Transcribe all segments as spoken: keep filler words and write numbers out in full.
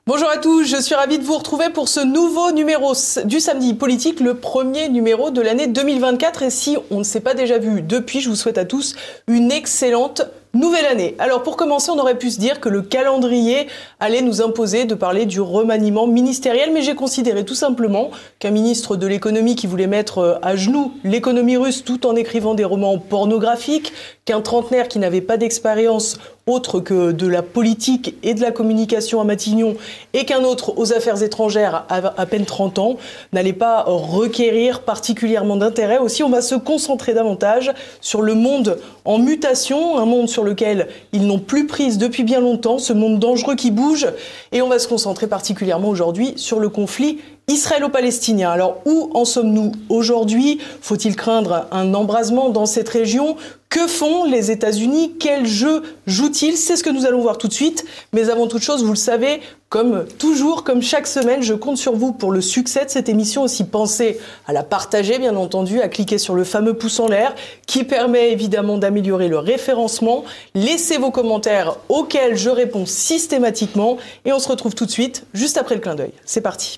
Bonjour à tous, je suis ravie de vous retrouver pour ce nouveau numéro du Samedi Politique, le premier numéro de l'année deux mille vingt-quatre. Et si on ne s'est pas déjà vu depuis, je vous souhaite à tous une excellente nouvelle année. Alors pour commencer, on aurait pu se dire que le calendrier allait nous imposer de parler du remaniement ministériel, mais j'ai considéré tout simplement qu'un ministre de l'économie qui voulait mettre à genoux l'économie russe tout en écrivant des romans pornographiques, qu'un trentenaire qui n'avait pas d'expérience autre que de la politique et de la communication à Matignon, et qu'un autre aux affaires étrangères à à peine trente ans, n'allait pas requérir particulièrement d'intérêt. Aussi, on va se concentrer davantage sur le monde en mutation, un monde sur lequel ils n'ont plus prise depuis bien longtemps, ce monde dangereux qui bouge, et on va se concentrer particulièrement aujourd'hui sur le conflit israélo-palestinien. Alors, où en sommes-nous aujourd'hui? Faut-il craindre un embrasement dans cette région? Que font les États-Unis? Quel jeu jouent-ils? C'est ce que nous allons voir tout de suite. Mais avant toute chose, vous le savez, comme toujours, comme chaque semaine, je compte sur vous pour le succès de cette émission. Aussi, pensez à la partager, bien entendu, à cliquer sur le fameux pouce en l'air qui permet évidemment d'améliorer le référencement. Laissez vos commentaires auxquels je réponds systématiquement. Et on se retrouve tout de suite, juste après le clin d'œil. C'est parti.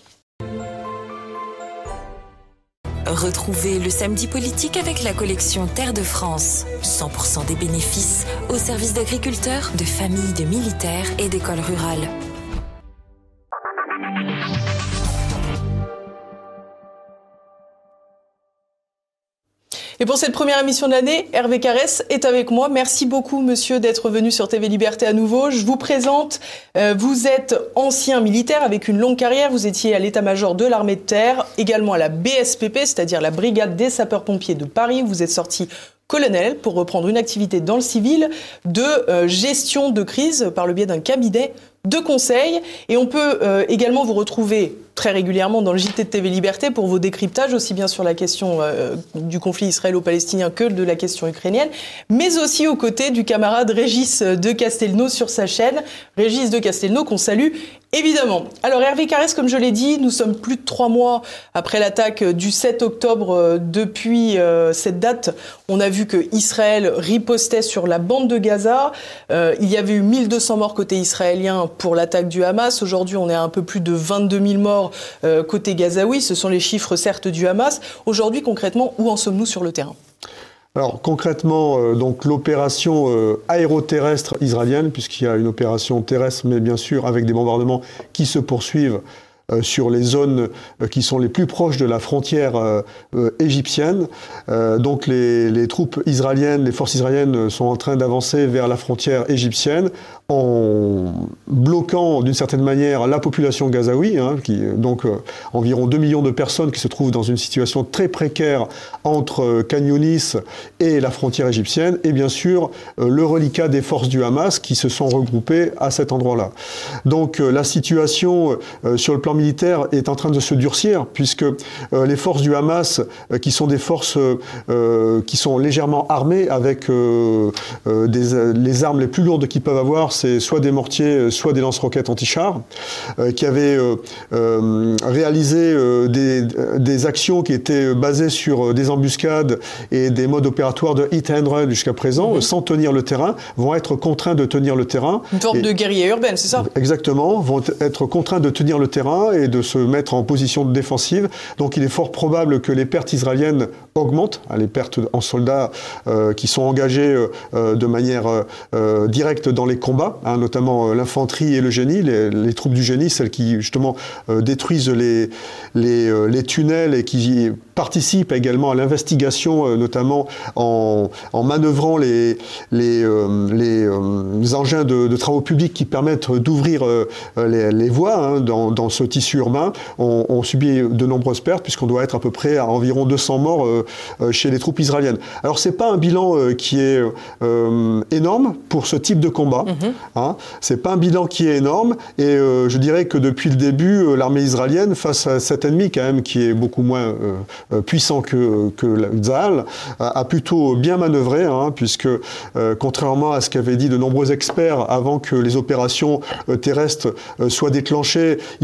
Retrouvez le Samedi Politique avec la collection Terre de France. cent pour cent des bénéfices au service d'agriculteurs, de familles, de militaires et d'écoles rurales. Et pour cette première émission de l'année, Hervé Carès est avec moi. Merci beaucoup, monsieur, d'être venu sur T V Liberté à nouveau. Je vous présente, euh, vous êtes ancien militaire avec une longue carrière. Vous étiez à l'état-major de l'armée de terre, également à la B S P P, c'est-à-dire la Brigade des sapeurs-pompiers de Paris. Vous êtes sorti colonel pour reprendre une activité dans le civil de euh, gestion de crise par le biais d'un cabinet de conseil. Et on peut euh, également vous retrouver très régulièrement dans le J T de T V Liberté pour vos décryptages, aussi bien sur la question euh, du conflit israélo-palestinien que de la question ukrainienne, mais aussi aux côtés du camarade Régis de Castelnau sur sa chaîne. Régis de Castelnau qu'on salue évidemment. Alors Hervé Carès, comme je l'ai dit, nous sommes plus de trois mois après l'attaque du sept octobre. Depuis euh, cette date, on a vu que Israël ripostait sur la bande de Gaza. Euh, il y avait eu mille deux cents morts côté israélien pour l'attaque du Hamas. Aujourd'hui, on est à un peu plus de vingt-deux mille morts euh, côté gazaoui. Ce sont les chiffres certes du Hamas. Aujourd'hui, concrètement, où en sommes-nous sur le terrain ? Alors concrètement, euh, donc l'opération euh, aéroterrestre israélienne, puisqu'il y a une opération terrestre, mais bien sûr avec des bombardements qui se poursuivent euh, sur les zones euh, qui sont les plus proches de la frontière euh, euh, égyptienne. Euh, donc les, les troupes israéliennes, les forces israéliennes sont en train d'avancer vers la frontière égyptienne en bloquant d'une certaine manière la population gazaoui, hein, qui, donc euh, environ deux millions de personnes qui se trouvent dans une situation très précaire entre euh, Khan Younis et la frontière égyptienne, et bien sûr euh, le reliquat des forces du Hamas qui se sont regroupées à cet endroit-là. Donc euh, la situation euh, sur le plan militaire est en train de se durcir, puisque euh, les forces du Hamas, euh, qui sont des forces euh, qui sont légèrement armées avec euh, euh, des, euh, les armes les plus lourdes qu'ils peuvent avoir, c'est soit des mortiers, soit des lance-roquettes anti-chars, euh, qui avaient euh, euh, réalisé euh, des, des actions qui étaient basées sur des embuscades et des modes opératoires de hit and run jusqu'à présent, mmh. sans tenir le terrain, vont être contraints de tenir le terrain. Une sorte et, de guérilla urbaine, c'est ça ? Exactement, vont être contraints de tenir le terrain et de se mettre en position défensive. Donc il est fort probable que les pertes israéliennes augmentent, hein, les pertes en soldats euh, qui sont engagés euh, de manière euh, directe dans les combats, hein, notamment euh, l'infanterie et le génie, les, les troupes du génie, celles qui justement euh, détruisent les, les, euh, les tunnels et qui participent également à l'investigation, euh, notamment en, en manœuvrant les, les, euh, les, euh, les engins de, de travaux publics qui permettent d'ouvrir euh, les, les voies hein, dans, dans ce tissu urbain, ont, ont subi de nombreuses pertes, puisqu'on doit être à peu près à environ deux cents morts euh, euh, chez les troupes israéliennes. Alors c'est pas un bilan euh, qui est euh, énorme pour ce type de combat, mmh. hein, c'est pas un bilan qui est énorme, et euh, je dirais que depuis le début, euh, l'armée israélienne, face à cet ennemi quand même qui est beaucoup moins euh, puissant que, que Tsahal, a, a plutôt bien manœuvré, hein, puisque euh, contrairement à ce qu'avaient dit de nombreux experts avant que les opérations euh, terrestres euh, soient déclenchées, il faisait un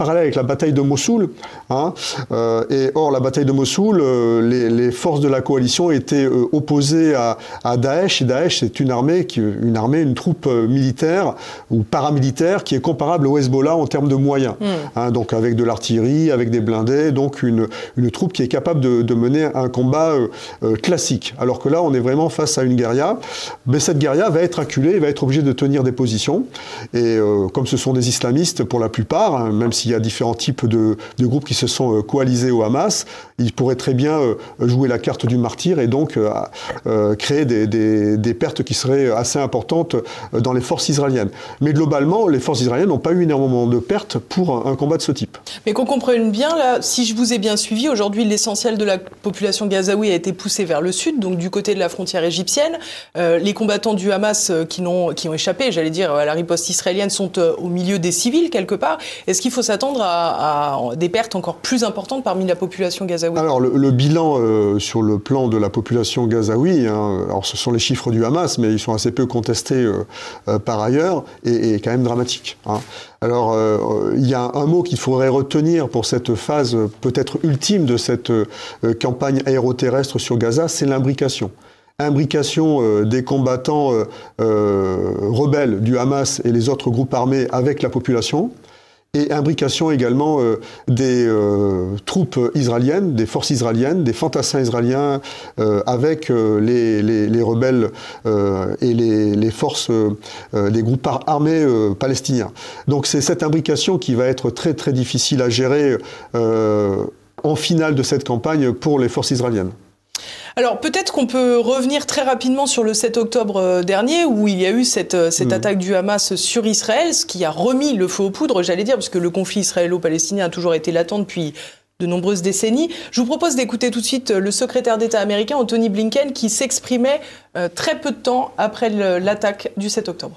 parallèle avec la bataille de Mossoul. Hein, euh, et or, la bataille de Mossoul, euh, les, les forces de la coalition étaient euh, opposées à, à Daesh. Et Daesh, c'est une armée, qui, une armée, une troupe militaire ou paramilitaire qui est comparable au Hezbollah en termes de moyens. Mmh. Hein, donc avec de l'artillerie, avec des blindés, donc une, une troupe qui est capable de, de mener un combat euh, euh, classique. Alors que là, on est vraiment face à une guérilla. Mais cette guérilla va être acculée, va être obligée de tenir des positions. Et euh, comme ce sont des islamistes pour la plupart, hein, même s'il y a différents types de, de groupes qui se sont euh, coalisés au Hamas, ils pourraient très bien euh, jouer la carte du martyr et donc euh, euh, créer des, des, des pertes qui seraient assez importantes dans les forces israéliennes. Mais globalement, les forces israéliennes n'ont pas eu énormément de pertes pour un combat de ce type. Mais qu'on comprenne bien, là, si je vous ai bien suivi, aujourd'hui, l'essentiel de la population gazaoui a été poussé vers le sud, donc du côté de la frontière égyptienne. Euh, les combattants du Hamas euh, qui, n'ont, qui ont échappé, j'allais dire, à la riposte israélienne, sont euh, au milieu des civils, quelque part. Est-ce qu'il faut s'attendre à, à des pertes encore plus importantes parmi la population gazaoui? Alors, le, le bilan euh, sur le plan de la population gazaoui, hein, alors ce sont les chiffres du Hamas, mais ils sont assez peu contestés euh, euh, par ailleurs, et, et quand même dramatique. Hein. Alors, euh, il y a un mot qu'il faudrait retenir pour cette phase euh, peut-être ultime de cette euh, campagne aéroterrestre sur Gaza, c'est l'imbrication. Imbrication euh, des combattants euh, euh, rebelles du Hamas et les autres groupes armés avec la population, et imbrication également euh, des euh, troupes israéliennes, des forces israéliennes, des fantassins israéliens euh, avec euh, les, les, les rebelles euh, et les, les forces, euh, les groupes armés euh, palestiniens. Donc c'est cette imbrication qui va être très très difficile à gérer euh, en finale de cette campagne pour les forces israéliennes. Alors peut-être qu'on peut revenir très rapidement sur le sept octobre dernier où il y a eu cette, cette mmh. attaque du Hamas sur Israël, ce qui a remis le feu aux poudres, j'allais dire, parce que le conflit israélo-palestinien a toujours été latent depuis de nombreuses décennies. Je vous propose d'écouter tout de suite le secrétaire d'État américain, Anthony Blinken, qui s'exprimait euh, très peu de temps après le, l'attaque du sept octobre.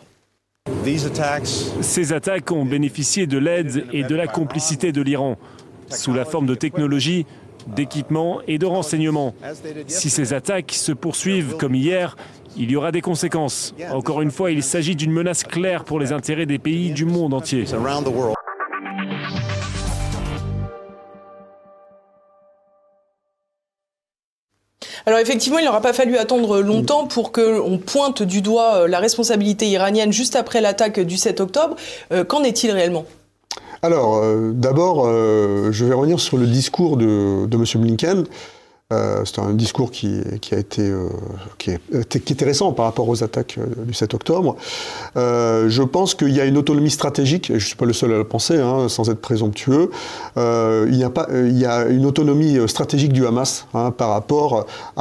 Ces attaques ont bénéficié de l'aide et de la complicité de l'Iran, sous la forme de technologies, d'équipements et de renseignements. Si ces attaques se poursuivent comme hier, il y aura des conséquences. Encore une fois, il s'agit d'une menace claire pour les intérêts des pays du monde entier. Alors effectivement, il n'aura pas fallu attendre longtemps pour qu'on pointe du doigt la responsabilité iranienne juste après l'attaque du sept octobre. Euh, qu'en est-il réellement ? Alors, euh, d'abord, euh, je vais revenir sur le discours de, de M. Blinken. Euh, c'est un discours qui, qui a été euh, qui, est, qui est intéressant par rapport aux attaques du sept octobre. Euh, je pense qu'il y a une autonomie stratégique, et je ne suis pas le seul à le penser, hein, sans être présomptueux. Euh, il, y a pas, il y a une autonomie stratégique du Hamas hein, par rapport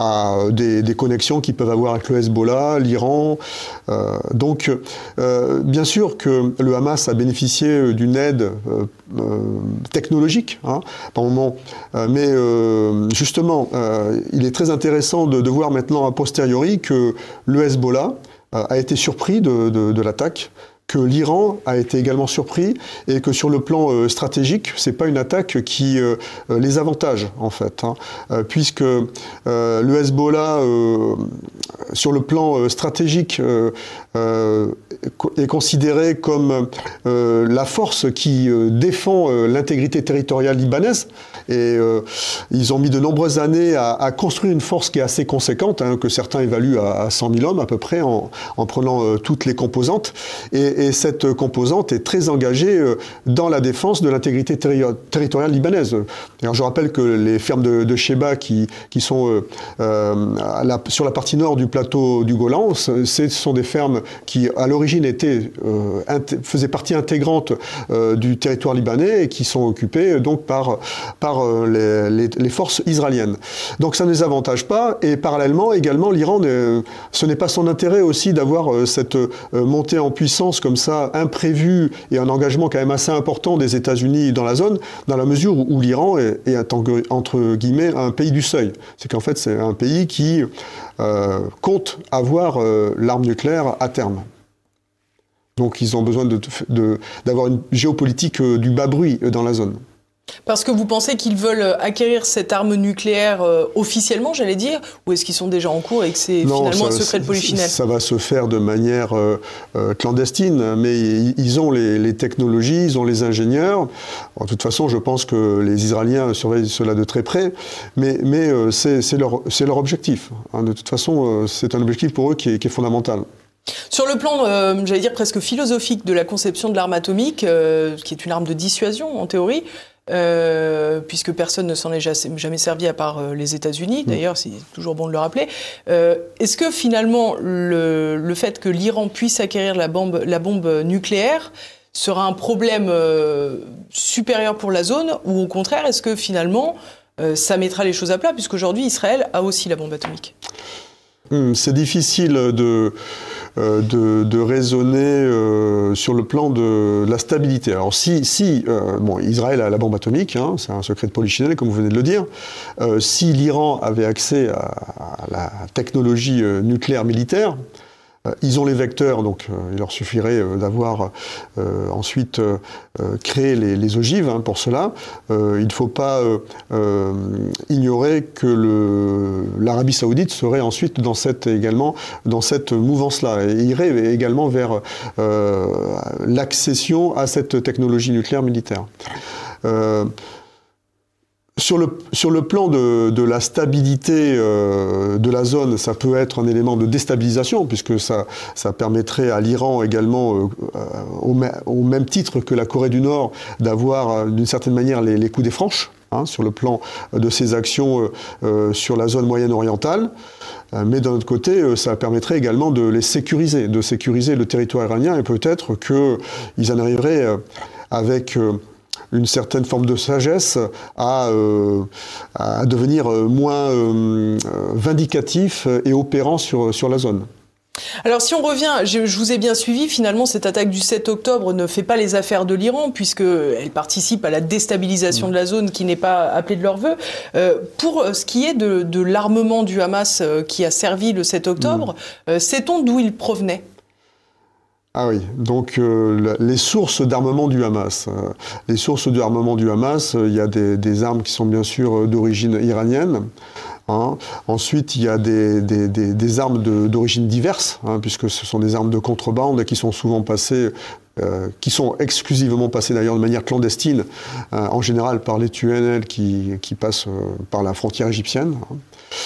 à des, des connexions qu'ils peuvent avoir avec le Hezbollah, l'Iran. Euh, donc, euh, bien sûr que le Hamas a bénéficié d'une aide euh, euh, technologique, hein, par moment, euh, mais euh, justement, Euh, il est très intéressant de, de voir maintenant a posteriori que le Hezbollah euh, a été surpris de, de, de l'attaque, que l'Iran a été également surpris et que sur le plan euh, stratégique, c'est pas une attaque qui euh, les avantage en fait, hein, euh, puisque euh, le Hezbollah, euh, sur le plan euh, stratégique, euh, euh, est considéré comme euh, la force qui euh, défend euh, l'intégrité territoriale libanaise. Et euh, ils ont mis de nombreuses années à, à construire une force qui est assez conséquente, hein, que certains évaluent à, à cent mille hommes à peu près, en, en prenant euh, toutes les composantes. Et, et cette composante est très engagée euh, dans la défense de l'intégrité terri- territoriale libanaise. Alors, je rappelle que les fermes de, de Sheba qui, qui sont euh, euh, à la, sur la partie nord du plateau du Golan, ce sont des fermes qui, à l'origine, étaient, euh, int- faisaient partie intégrante euh, du territoire libanais et qui sont occupées donc par, par Les, les, les forces israéliennes. Donc ça ne les avantage pas, et parallèlement également l'Iran, euh, ce n'est pas son intérêt aussi d'avoir euh, cette euh, montée en puissance comme ça imprévue et un engagement quand même assez important des États-Unis dans la zone, dans la mesure où, où l'Iran est, est entre guillemets un pays du seuil. C'est qu'en fait c'est un pays qui euh, compte avoir euh, l'arme nucléaire à terme. Donc ils ont besoin de, de, d'avoir une géopolitique euh, du bas bruit dans la zone. Parce que vous pensez qu'ils veulent acquérir cette arme nucléaire euh, officiellement, j'allais dire, ou est-ce qu'ils sont déjà en cours et que c'est non, finalement ça, un secret de polichinelle? Ça va se faire de manière euh, euh, clandestine, mais ils ont les, les technologies, ils ont les ingénieurs. En toute façon, je pense que les Israéliens surveillent cela de très près, mais, mais euh, c'est, c'est, leur, c'est leur objectif. Hein. De toute façon, euh, c'est un objectif pour eux qui est, qui est fondamental. Sur le plan, euh, j'allais dire presque philosophique de la conception de l'arme atomique, euh, qui est une arme de dissuasion en théorie, Euh, puisque personne ne s'en est jamais servi à part euh, les États-Unis, d'ailleurs c'est toujours bon de le rappeler. Euh, est-ce que finalement le, le fait que l'Iran puisse acquérir la bombe, la bombe nucléaire sera un problème euh, supérieur pour la zone, ou au contraire est-ce que finalement euh, ça mettra les choses à plat, puisqu'aujourd'hui Israël a aussi la bombe atomique? Hum, c'est difficile de... De, de raisonner euh, sur le plan de la stabilité. Alors si, si euh, bon, Israël a la bombe atomique, hein, c'est un secret de polichinelle comme vous venez de le dire, euh, si l'Iran avait accès à, à la technologie euh, nucléaire militaire, euh, ils ont les vecteurs, donc euh, il leur suffirait euh, d'avoir euh, ensuite euh, créé les, les ogives hein, pour cela. Euh, il ne faut pas euh, euh, ignorer que le, l'Arabie Saoudite serait ensuite dans cette, également dans cette mouvance-là et irait également vers euh, l'accession à cette technologie nucléaire militaire. Euh, Sur le, sur le plan de, de la stabilité euh, de la zone, ça peut être un élément de déstabilisation, puisque ça, ça permettrait à l'Iran également, euh, au, au même titre que la Corée du Nord, d'avoir d'une certaine manière les, les coups des franches, hein, sur le plan de ses actions euh, euh, sur la zone moyenne-orientale. Euh, mais d'un autre côté, euh, ça permettrait également de les sécuriser, de sécuriser le territoire iranien, et peut-être qu'ils en arriveraient euh, avec... Euh, une certaine forme de sagesse à, euh, à devenir moins euh, vindicatif et opérant sur, sur la zone. Alors si on revient, je, je vous ai bien suivi, finalement cette attaque du sept octobre ne fait pas les affaires de l'Iran, puisqu'elle participe à la déstabilisation mmh. de la zone qui n'est pas appelée de leur vœu. Euh, pour ce qui est de, de l'armement du Hamas euh, qui a servi le sept octobre, mmh. euh, sait-on d'où il provenait ? Ah oui, donc euh, les sources d'armement du Hamas. Euh, les sources d'armement du Hamas, il euh, y a des, des armes qui sont bien sûr euh, d'origine iranienne. Hein. Ensuite, il y a des, des, des, des armes de, d'origine diverse, hein, puisque ce sont des armes de contrebande qui sont souvent passées, euh, qui sont exclusivement passées d'ailleurs de manière clandestine, euh, en général par les T U N L qui, qui passent euh, par la frontière égyptienne. Hein.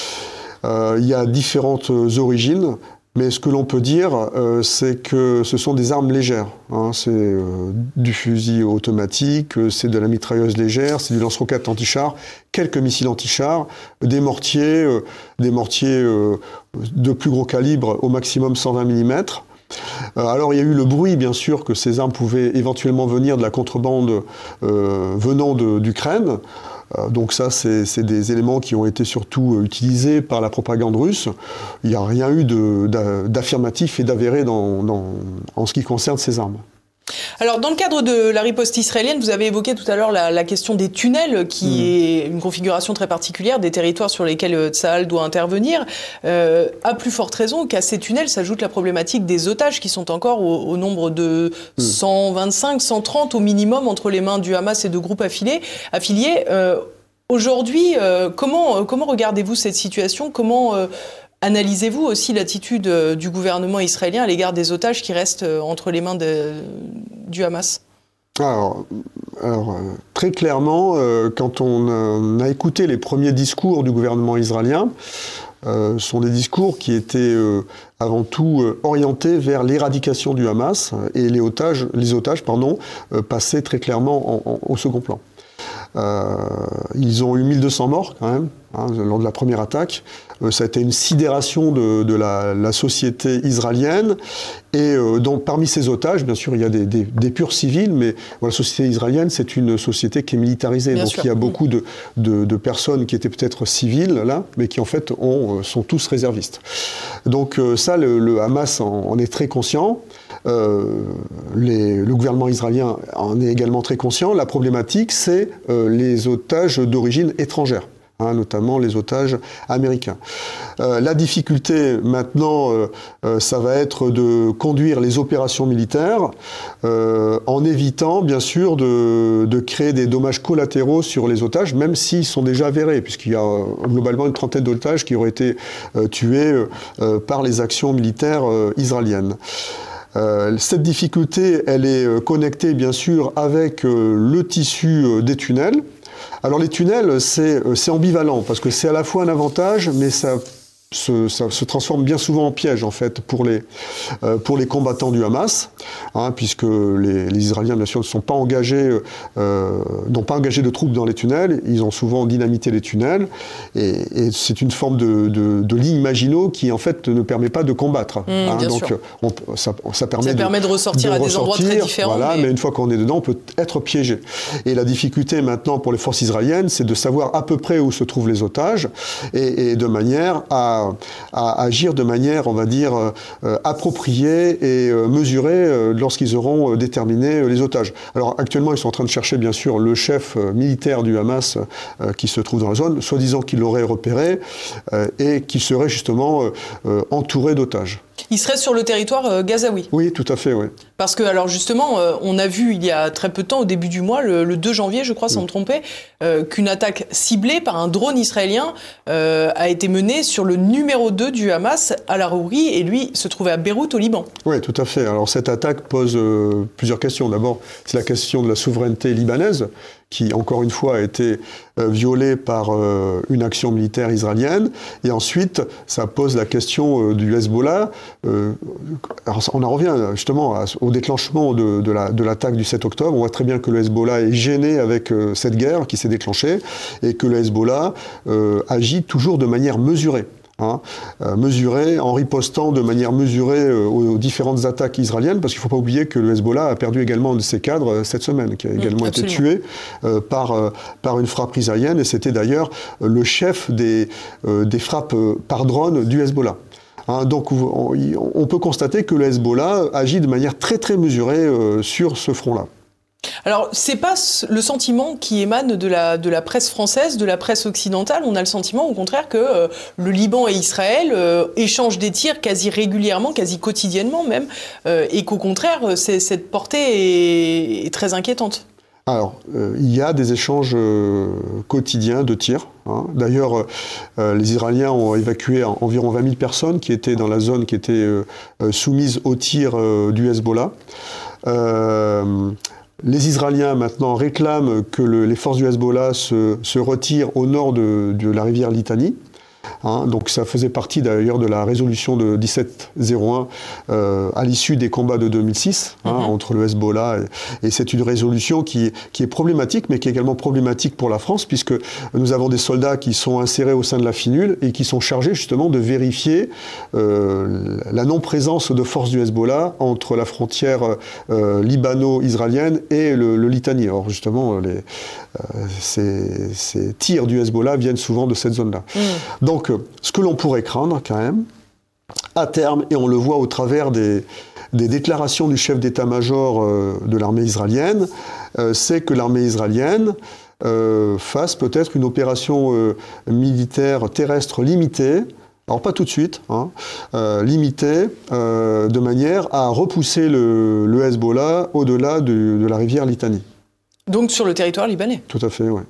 Euh, il y a différentes origines. Mais ce que l'on peut dire, euh, c'est que ce sont des armes légères. Hein. C'est euh, du fusil automatique, c'est de la mitrailleuse légère, c'est du lance-roquettes anti-char, quelques missiles anti-char, des mortiers, euh, des mortiers euh, de plus gros calibre, au maximum cent vingt millimètres. Euh, alors il y a eu le bruit, bien sûr, que ces armes pouvaient éventuellement venir de la contrebande euh, venant de, d'Ukraine. Donc ça, c'est, c'est des éléments qui ont été surtout utilisés par la propagande russe. Il n'y a rien eu de, d'affirmatif et d'avéré dans, dans, en ce qui concerne ces armes. Alors, dans le cadre de la riposte israélienne, vous avez évoqué tout à l'heure la, la question des tunnels, qui mmh. est une configuration très particulière des territoires sur lesquels Tsahal doit intervenir. Euh, à plus forte raison qu'à ces tunnels s'ajoute la problématique des otages qui sont encore au, au nombre de mmh. cent vingt-cinq, cent trente au minimum entre les mains du Hamas et de groupes affiliés. affiliés. Euh, aujourd'hui, euh, comment, comment regardez-vous cette situation ? Comment... Euh, Analysez-vous aussi l'attitude du gouvernement israélien à l'égard des otages qui restent entre les mains de, du Hamas ? Alors, alors très clairement, euh, quand on a, on a écouté les premiers discours du gouvernement israélien, euh, ce sont des discours qui étaient euh, avant tout euh, orientés vers l'éradication du Hamas, et les otages, les otages pardon, euh, passaient très clairement en, en, au second plan. Euh, ils ont eu mille deux cents morts quand même hein, lors de la première attaque. Euh, ça a été une sidération de, de la, la société israélienne. Et euh, donc, parmi ces otages, bien sûr, il y a des, des, des purs civils, mais bon, la société israélienne, c'est une société qui est militarisée. Bien donc sûr. Il y a beaucoup de, de, de personnes qui étaient peut-être civiles là, mais qui en fait ont, sont tous réservistes. Donc euh, ça, le, le Hamas en, en est très conscient. Euh, les, le gouvernement israélien en est également très conscient. La problématique, c'est euh, les otages d'origine étrangère. hein, notamment les otages américains. Euh, la difficulté maintenant, euh, euh, ça va être de conduire les opérations militaires euh, en évitant, bien sûr, de, de créer des dommages collatéraux sur les otages, même s'ils sont déjà avérés, puisqu'il y a euh, globalement une trentaine d'otages qui auraient été euh, tués euh, par les actions militaires euh, israéliennes. Euh, cette difficulté, elle est euh, connectée bien sûr avec euh, le tissu euh, des tunnels. Alors les tunnels, c'est, euh, c'est ambivalent parce que c'est à la fois un avantage, mais ça Se, ça se transforme bien souvent en piège en fait pour les, euh, pour les combattants du Hamas, hein, puisque les, les Israéliens bien sûr ne sont pas engagés, euh, n'ont pas engagé de troupes dans les tunnels, ils ont souvent dynamité les tunnels, et, et c'est une forme de, de, de ligne Maginot qui en fait ne permet pas de combattre. Mmh, hein, donc on, ça, ça permet, ça de, permet de ressortir de à des ressortir, endroits très différents. Voilà, mais... mais une fois qu'on est dedans, on peut être piégé. Et la difficulté maintenant pour les forces israéliennes, c'est de savoir à peu près où se trouvent les otages, et, et de manière à à agir de manière, on va dire, euh, appropriée et euh, mesurée euh, lorsqu'ils auront euh, déterminé euh, les otages. Alors actuellement, ils sont en train de chercher, bien sûr, le chef euh, militaire du Hamas euh, qui se trouve dans la zone, soi-disant qu'il l'aurait repéré euh, et qui serait justement euh, euh, entouré d'otages. Il serait sur le territoire euh, gazaoui. Oui, tout à fait, oui. Parce que, alors justement, euh, on a vu il y a très peu de temps, au début du mois, le, le deux janvier, je crois, sans oui. me tromper, euh, qu'une attaque ciblée par un drone israélien euh, a été menée sur le numéro deux du Hamas, al-Arouri, et lui se trouvait à Beyrouth, au Liban. Oui, tout à fait. Alors cette attaque pose euh, plusieurs questions. D'abord, c'est la question de la souveraineté libanaise, qui, encore une fois, a été euh, violée par euh, une action militaire israélienne. Et ensuite, ça pose la question euh, du Hezbollah. Euh, alors, on en revient justement à, au déclenchement de, de, la, de l'attaque du sept octobre. On voit très bien que le Hezbollah est gêné avec euh, cette guerre qui s'est déclenchée et que le Hezbollah euh, agit toujours de manière mesurée. Hein, euh, mesuré, en ripostant de manière mesurée euh, aux, aux différentes attaques israéliennes, parce qu'il ne faut pas oublier que le Hezbollah a perdu également un de ses cadres euh, cette semaine, qui a également mmh, été tué euh, par, euh, par une frappe israélienne, et c'était d'ailleurs euh, le chef des, euh, des frappes euh, par drone du Hezbollah. Hein, donc on, on peut constater que le Hezbollah agit de manière très très mesurée euh, sur ce front-là. Alors, c'est pas le sentiment qui émane de la, de la presse française, de la presse occidentale. On a le sentiment, au contraire, que euh, le Liban et Israël euh, échangent des tirs quasi régulièrement, quasi quotidiennement même, euh, et qu'au contraire, c'est, cette portée est, est très inquiétante. Alors, euh, il y a des échanges euh, quotidiens de tirs. Hein. D'ailleurs, euh, les Israéliens ont évacué environ vingt mille personnes qui étaient dans la zone qui était euh, soumise aux tirs euh, du Hezbollah. Euh, Les Israéliens maintenant réclament que le, les forces du Hezbollah se, se retirent au nord de, de la rivière Litani. Hein, donc ça faisait partie d'ailleurs de la résolution de dix-sept zéro un euh, à l'issue des combats de deux mille six hein, mm-hmm. entre le Hezbollah et, et c'est une résolution qui, qui est problématique, mais qui est également problématique pour la France, puisque nous avons des soldats qui sont insérés au sein de la FINUL et qui sont chargés justement de vérifier euh, la non-présence de forces du Hezbollah entre la frontière euh, libano-israélienne et le, le Litani. Or justement, les, euh, ces, ces tirs du Hezbollah viennent souvent de cette zone-là. Mm. Donc, ce que l'on pourrait craindre quand même, à terme, et on le voit au travers des, des déclarations du chef d'état-major euh, de l'armée israélienne, euh, c'est que l'armée israélienne euh, fasse peut-être une opération euh, militaire terrestre limitée, alors pas tout de suite, hein, euh, limitée, euh, de manière à repousser le, le Hezbollah au-delà de, de la rivière Litani. Donc sur le territoire libanais. Tout à fait, oui.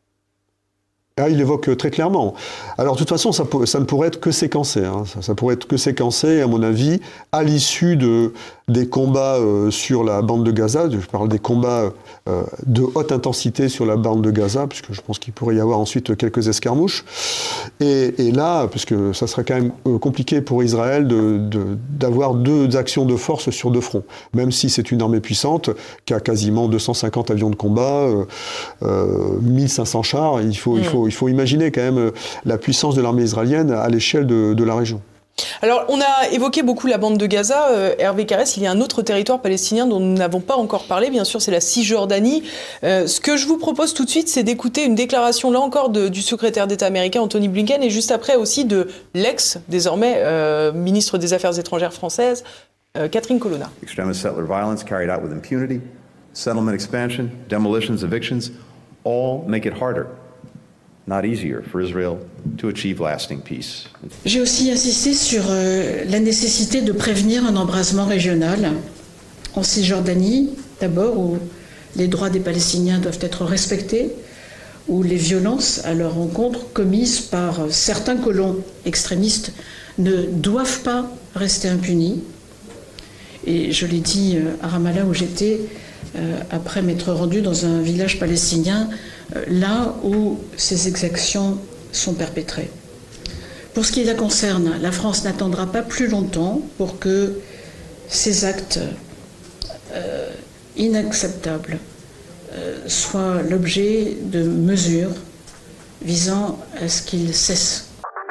Ah, il évoque très clairement. Alors, de toute façon, ça, ça ne pourrait être que séquencé. Hein. Ça, ça pourrait être que séquencé, à mon avis, à l'issue de, des combats euh, sur la bande de Gaza. Je parle des combats euh, de haute intensité sur la bande de Gaza, puisque je pense qu'il pourrait y avoir ensuite quelques escarmouches. Et, et là, puisque ça serait quand même euh, compliqué pour Israël de, de, d'avoir deux actions de force sur deux fronts. Même si c'est une armée puissante, qui a quasiment deux cent cinquante avions de combat, euh, euh, mille cinq cents chars, il faut, mmh. il faut Il faut imaginer quand même la puissance de l'armée israélienne à l'échelle de, de la région. Alors, on a évoqué beaucoup la bande de Gaza. Euh, Hervé Carrès, il y a un autre territoire palestinien dont nous n'avons pas encore parlé, bien sûr, c'est la Cisjordanie. Euh, ce que je vous propose tout de suite, c'est d'écouter une déclaration, là encore, de, du secrétaire d'État américain, Anthony Blinken, et juste après aussi de l'ex, désormais, euh, ministre des Affaires étrangères française, euh, Catherine Colonna. Extremist settler violence carried out with impunity, settlement expansion, demolitions, evictions, all make it harder not easier for Israel to achieve lasting peace. J'ai aussi insisté sur euh, la nécessité de prévenir un embrasement régional en Cisjordanie, d'abord, où les droits des Palestiniens doivent être respectés, où les violences à leur encontre commises par certains colons extrémistes ne doivent pas rester impunies. Et je l'ai dit à Ramallah où j'étais, euh, après m'être rendu dans un village palestinien, euh, là où ces exactions sont perpétrées. Pour ce qui la concerne, la France n'attendra pas plus longtemps pour que ces actes euh, inacceptables euh, soient l'objet de mesures visant à ce qu'ils cessent.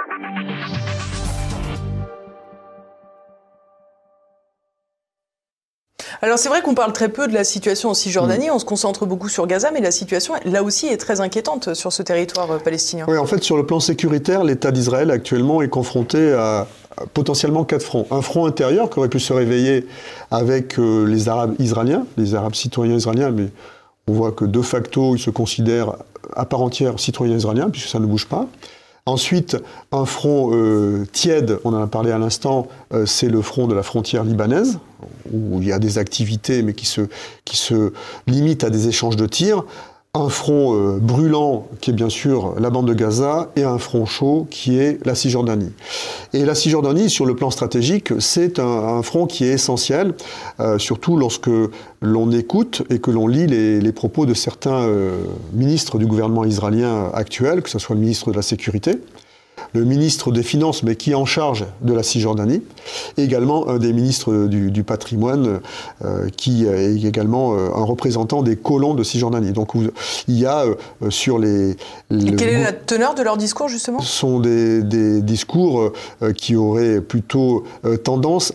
Alors c'est vrai qu'on parle très peu de la situation en Cisjordanie, mmh. on se concentre beaucoup sur Gaza, mais la situation là aussi est très inquiétante sur ce territoire palestinien. Oui, en fait sur le plan sécuritaire, l'État d'Israël actuellement est confronté à potentiellement quatre fronts. Un front intérieur qui aurait pu se réveiller avec euh, les Arabes israéliens, les Arabes citoyens israéliens, mais on voit que de facto ils se considèrent à part entière citoyens israéliens puisque ça ne bouge pas. Ensuite, un front euh, tiède, on en a parlé à l'instant, euh, c'est le front de la frontière libanaise, où il y a des activités mais qui se, qui se limitent à des échanges de tirs. Un front euh, brûlant qui est bien sûr la bande de Gaza et un front chaud qui est la Cisjordanie. Et la Cisjordanie, sur le plan stratégique, c'est un, un front qui est essentiel, euh, surtout lorsque l'on écoute et que l'on lit les, les propos de certains euh, ministres du gouvernement israélien actuel, que ce soit le ministre de la Sécurité, le ministre des Finances, mais qui est en charge de la Cisjordanie, et également un des ministres du, du patrimoine, euh, qui est également euh, un représentant des colons de Cisjordanie. Donc il y a euh, sur les... Et quelle est la teneur de leur discours, justement ? Ce sont des, des discours euh, qui auraient plutôt euh, tendance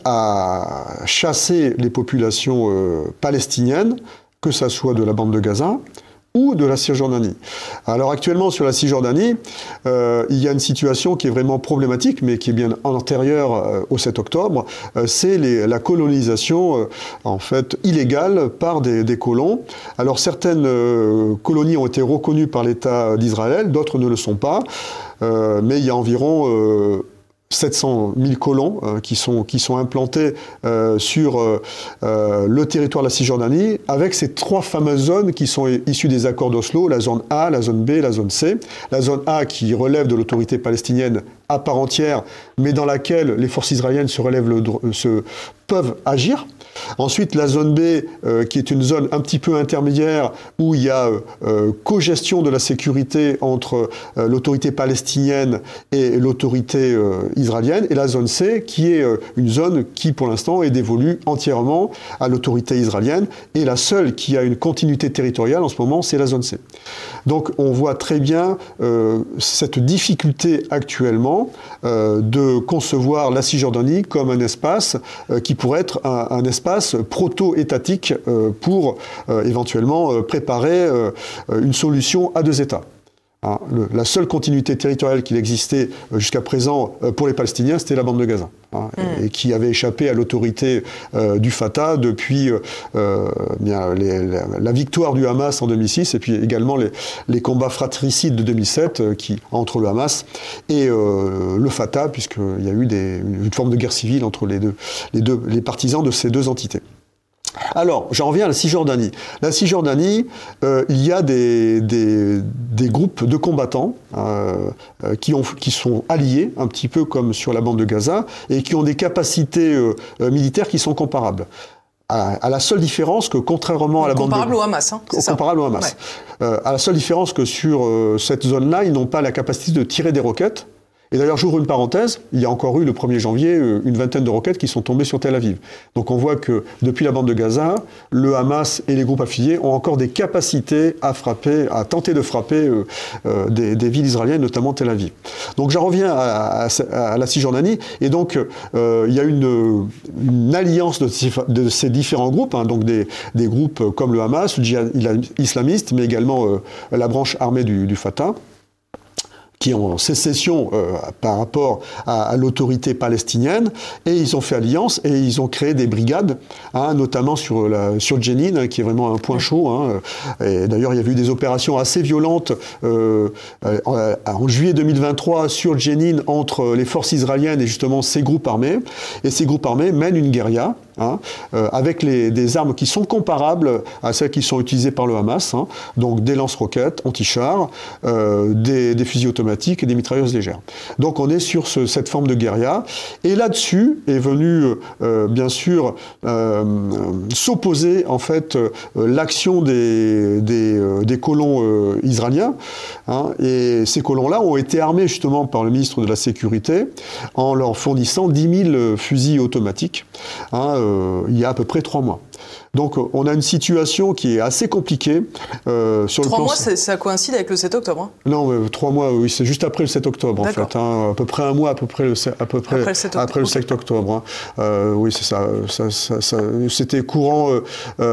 à chasser les populations euh, palestiniennes, que ça soit de la bande de Gaza, ou de la Cisjordanie. Alors actuellement sur la Cisjordanie, euh, il y a une situation qui est vraiment problématique, mais qui est bien antérieure euh, au sept octobre, euh, c'est les, la colonisation euh, en fait illégale par des, des colons. Alors certaines euh, colonies ont été reconnues par l'État d'Israël, d'autres ne le sont pas, euh, mais il y a environ euh, sept cent mille colons euh, qui, sont, qui sont implantés euh, sur euh, euh, le territoire de la Cisjordanie, avec ces trois fameuses zones qui sont issues des accords d'Oslo, la zone A, la zone B, la zone C. La zone A qui relève de l'autorité palestinienne à part entière, mais dans laquelle les forces israéliennes se, relèvent le, se peuvent agir. Ensuite, la zone B, euh, qui est une zone un petit peu intermédiaire, où il y a euh, co-gestion de la sécurité entre euh, l'autorité palestinienne et l'autorité euh, israélienne. Et la zone C, qui est euh, une zone qui, pour l'instant, est dévolue entièrement à l'autorité israélienne. Et la seule qui a une continuité territoriale en ce moment, c'est la zone C. Donc, on voit très bien euh, cette difficulté actuellement euh, de concevoir la Cisjordanie comme un espace euh, qui pourrait être un, un espace proto-étatique euh, pour euh, éventuellement euh, préparer euh, une solution à deux États. Hein, le, la seule continuité territoriale qu'il existait euh, jusqu'à présent euh, pour les Palestiniens, c'était la bande de Gaza, hein, mmh. et, et qui avait échappé à l'autorité euh, du Fatah depuis euh, bien, les, la, la victoire du Hamas en deux mille six, et puis également les, les combats fratricides de deux mille sept euh, qui, entre le Hamas et euh, le Fatah, puisqu'il y a eu des, une forme de guerre civile entre les deux, les deux, les partisans de ces deux entités. Alors, j'en reviens à la Cisjordanie. La Cisjordanie, euh, il y a des, des, des groupes de combattants euh, qui, ont, qui sont alliés, un petit peu comme sur la bande de Gaza, et qui ont des capacités euh, militaires qui sont comparables. À, à la seule différence que, contrairement à la bande de... Comparable au Hamas, hein, c'est ça. Comparable au Hamas. Ouais. Euh, à la seule différence que sur euh, cette zone-là, ils n'ont pas la capacité de tirer des roquettes. Et d'ailleurs, j'ouvre une parenthèse, il y a encore eu le premier janvier une vingtaine de roquettes qui sont tombées sur Tel Aviv. Donc on voit que depuis la bande de Gaza, le Hamas et les groupes affiliés ont encore des capacités à frapper, à tenter de frapper euh, euh, des, des villes israéliennes, notamment Tel Aviv. Donc j'en reviens à, à, à la Cisjordanie, et donc euh, il y a une, une alliance de, de ces différents groupes, hein, donc des, des groupes comme le Hamas, le djihad islamiste, mais également euh, la branche armée du, du Fatah, qui est en sécession euh, par rapport à, à l'autorité palestinienne, et ils ont fait alliance et ils ont créé des brigades, hein, notamment sur, la, sur Jenin, hein, qui est vraiment un point chaud. Hein, et d'ailleurs, il y a eu des opérations assez violentes euh, en, en juillet deux mille vingt-trois sur Jenin entre les forces israéliennes et justement ces groupes armés. Et ces groupes armés mènent une guérilla, hein, euh, avec les, des armes qui sont comparables à celles qui sont utilisées par le Hamas, hein, donc des lance-roquettes anti-chars, euh, des, des fusils automatiques et des mitrailleuses légères. Donc on est sur ce, cette forme de guérilla. Et là-dessus est venu, euh, bien sûr, euh, s'opposer en fait euh, l'action des, des, euh, des colons euh, israéliens. Hein, et ces colons-là ont été armés justement par le ministre de la Sécurité en leur fournissant dix mille fusils automatiques, hein, euh, il y a à peu près trois mois. Donc on a une situation qui est assez compliquée. Euh, sur trois le plan... mois, ça coïncide avec le sept octobre, hein? Non, mais trois mois, oui, c'est juste après le sept octobre, en fait. Hein, à peu près un mois, à peu près le, à peu près, après le sept octobre. Après le sept octobre hein. euh, oui, c'est ça. ça, ça, ça C'était courant euh,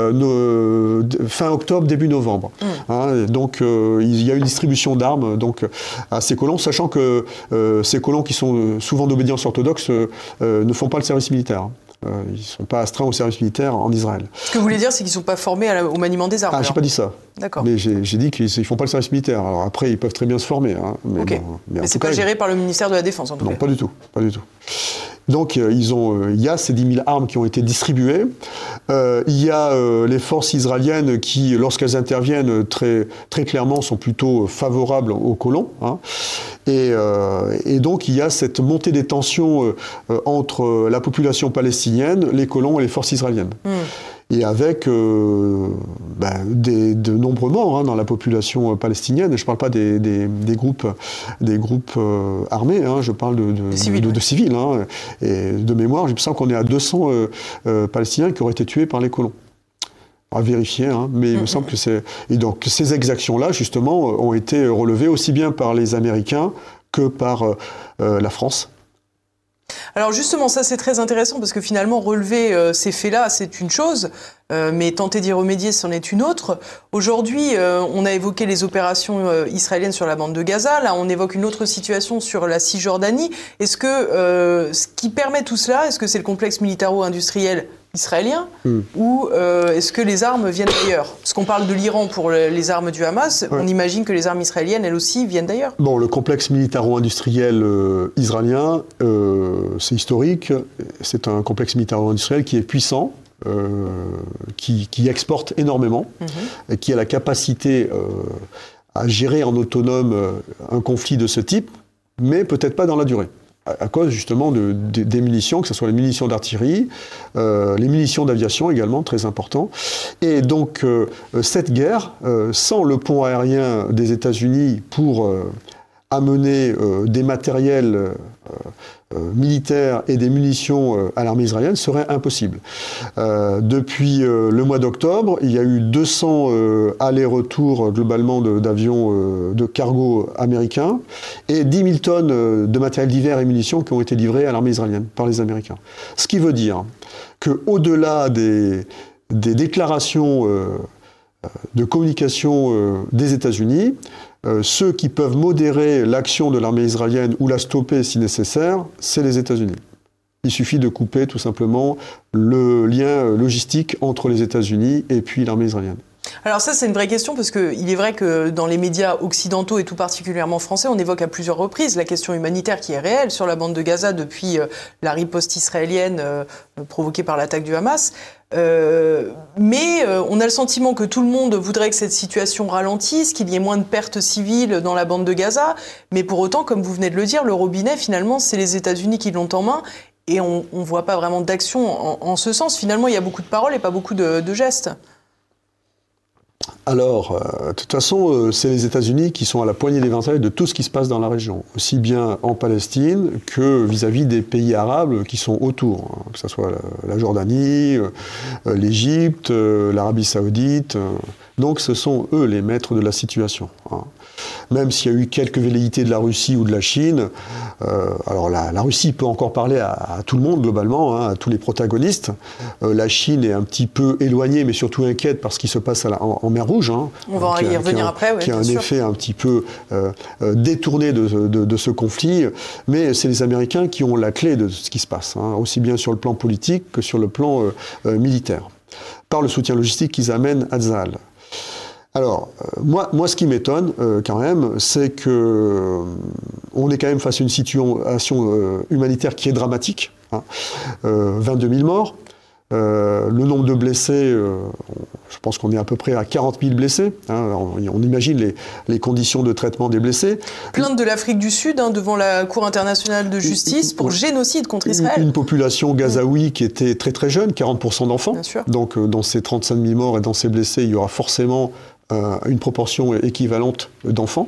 euh, fin octobre, début novembre. Mm. Hein, donc euh, il y a une distribution d'armes donc, à ces colons, sachant que euh, ces colons qui sont souvent d'obédience orthodoxe euh, ne font pas le service militaire. Hein. Euh, ils ne sont pas astreints au service militaire en Israël. Ce que vous voulez dire, c'est qu'ils ne sont pas formés à la, au maniement des armes. Ah, je n'ai pas dit ça. D'accord. Mais j'ai, j'ai dit qu'ils ne font pas le service militaire. Alors après, ils peuvent très bien se former. Hein, mais okay. bon, mais mais ce n'est pas géré par le ministère de la Défense, en tout non, cas. Non, pas du tout. Pas du tout. Donc, euh, ils ont, euh, il y a ces dix mille armes qui ont été distribuées. Euh, il y a euh, les forces israéliennes qui, lorsqu'elles interviennent, très, très clairement, sont plutôt favorables aux colons. Hein. Et, euh, et donc, il y a cette montée des tensions euh, entre la population palestinienne, les colons et les forces israéliennes. Mm. Et avec euh, ben, des, de nombreux morts hein, dans la population palestinienne. Et je ne parle pas des, des, des groupes, des groupes euh, armés, hein, je parle de, de, civils, de, de, oui. de civils. Hein, et de mémoire, il me semble qu'on est à deux cents euh, euh, Palestiniens qui auraient été tués par les colons. À vérifier, hein, mais il mmh. me semble que c'est... Et donc ces exactions-là, justement, ont été relevées aussi bien par les Américains que par euh, la France. Alors justement, ça c'est très intéressant parce que finalement relever euh, ces faits-là, c'est une chose, euh, mais tenter d'y remédier, c'en est une autre. Aujourd'hui, euh, on a évoqué les opérations euh, israéliennes sur la bande de Gaza, là on évoque une autre situation sur la Cisjordanie. Est-ce que euh, ce qui permet tout cela, est-ce que c'est le complexe militaro-industriel israélien mm. ou euh, est-ce que les armes viennent d'ailleurs? Parce qu'on parle de l'Iran pour le, les armes du Hamas, ouais. On imagine que les armes israéliennes, elles aussi, viennent d'ailleurs. Bon, le complexe militaro-industriel euh, israélien, euh, c'est historique, c'est un complexe militaro-industriel qui est puissant, euh, qui, qui exporte énormément, mm-hmm. et qui a la capacité euh, à gérer en autonome euh, un conflit de ce type, mais peut-être pas dans la durée. À cause justement de, de, des munitions, que ce soit les munitions d'artillerie, euh, les munitions d'aviation également, très important. Et donc euh, cette guerre, euh, sans le pont aérien des États-Unis pour euh, amener euh, des matériels euh, euh, militaires et des munitions euh, à l'armée israélienne, serait impossible. Euh, depuis euh, le mois d'octobre, il y a eu deux cents euh, allers-retours globalement de, d'avions euh, de cargo américains et dix mille tonnes euh, de matériel divers et munitions qui ont été livrées à l'armée israélienne par les Américains. Ce qui veut dire qu'au-delà des, des déclarations euh, de communication euh, des États-Unis, Euh, ceux qui peuvent modérer l'action de l'armée israélienne ou la stopper si nécessaire, c'est les États-Unis. Il suffit de couper tout simplement le lien logistique entre les États-Unis et puis l'armée israélienne. Alors ça, c'est une vraie question parce qu'il est vrai que dans les médias occidentaux et tout particulièrement français, on évoque à plusieurs reprises la question humanitaire qui est réelle sur la bande de Gaza depuis euh, la riposte israélienne euh, provoquée par l'attaque du Hamas. Euh, mais euh, on a le sentiment que tout le monde voudrait que cette situation ralentisse, qu'il y ait moins de pertes civiles dans la bande de Gaza. Mais pour autant, comme vous venez de le dire, le robinet, finalement, c'est les États-Unis qui l'ont en main. Et on ne voit pas vraiment d'action en, en ce sens. Finalement, il y a beaucoup de paroles et pas beaucoup de, de gestes. Alors, euh, de toute façon, euh, c'est les États-Unis qui sont à la poignée d'éventail de tout ce qui se passe dans la région, aussi bien en Palestine que vis-à-vis des pays arabes qui sont autour, hein, que ce soit la, la Jordanie, euh, l'Égypte, euh, l'Arabie Saoudite, euh, Donc ce sont eux les maîtres de la situation. Hein. Même s'il y a eu quelques velléités de la Russie ou de la Chine, euh, alors la, la Russie peut encore parler à, à tout le monde globalement, hein, à tous les protagonistes. Euh, la Chine est un petit peu éloignée, mais surtout inquiète par ce qui se passe à la, en, en mer Rouge. Hein, On va y revenir après, oui, qui a un sûr. effet un petit peu euh, euh, détourné de, de, de ce conflit, mais c'est les Américains qui ont la clé de ce qui se passe, hein, aussi bien sur le plan politique que sur le plan euh, euh, militaire, par le soutien logistique qu'ils amènent à Tzahal. Alors, euh, moi, moi, ce qui m'étonne, euh, quand même, c'est que euh, on est quand même face à une situation euh, humanitaire qui est dramatique. Hein. Euh, vingt-deux mille morts. Euh, le nombre de blessés, euh, je pense qu'on est à peu près à quarante mille blessés. Hein. On, on imagine les, les conditions de traitement des blessés. Plainte de l'Afrique du Sud hein, devant la Cour internationale de justice pour ouais. génocide contre Israël. Une, une population gazaoui mmh. qui était très très jeune, quarante pour cent d'enfants. Donc euh, dans ces trente-cinq mille morts et dans ces blessés, il y aura forcément Euh, une proportion équivalente d'enfants,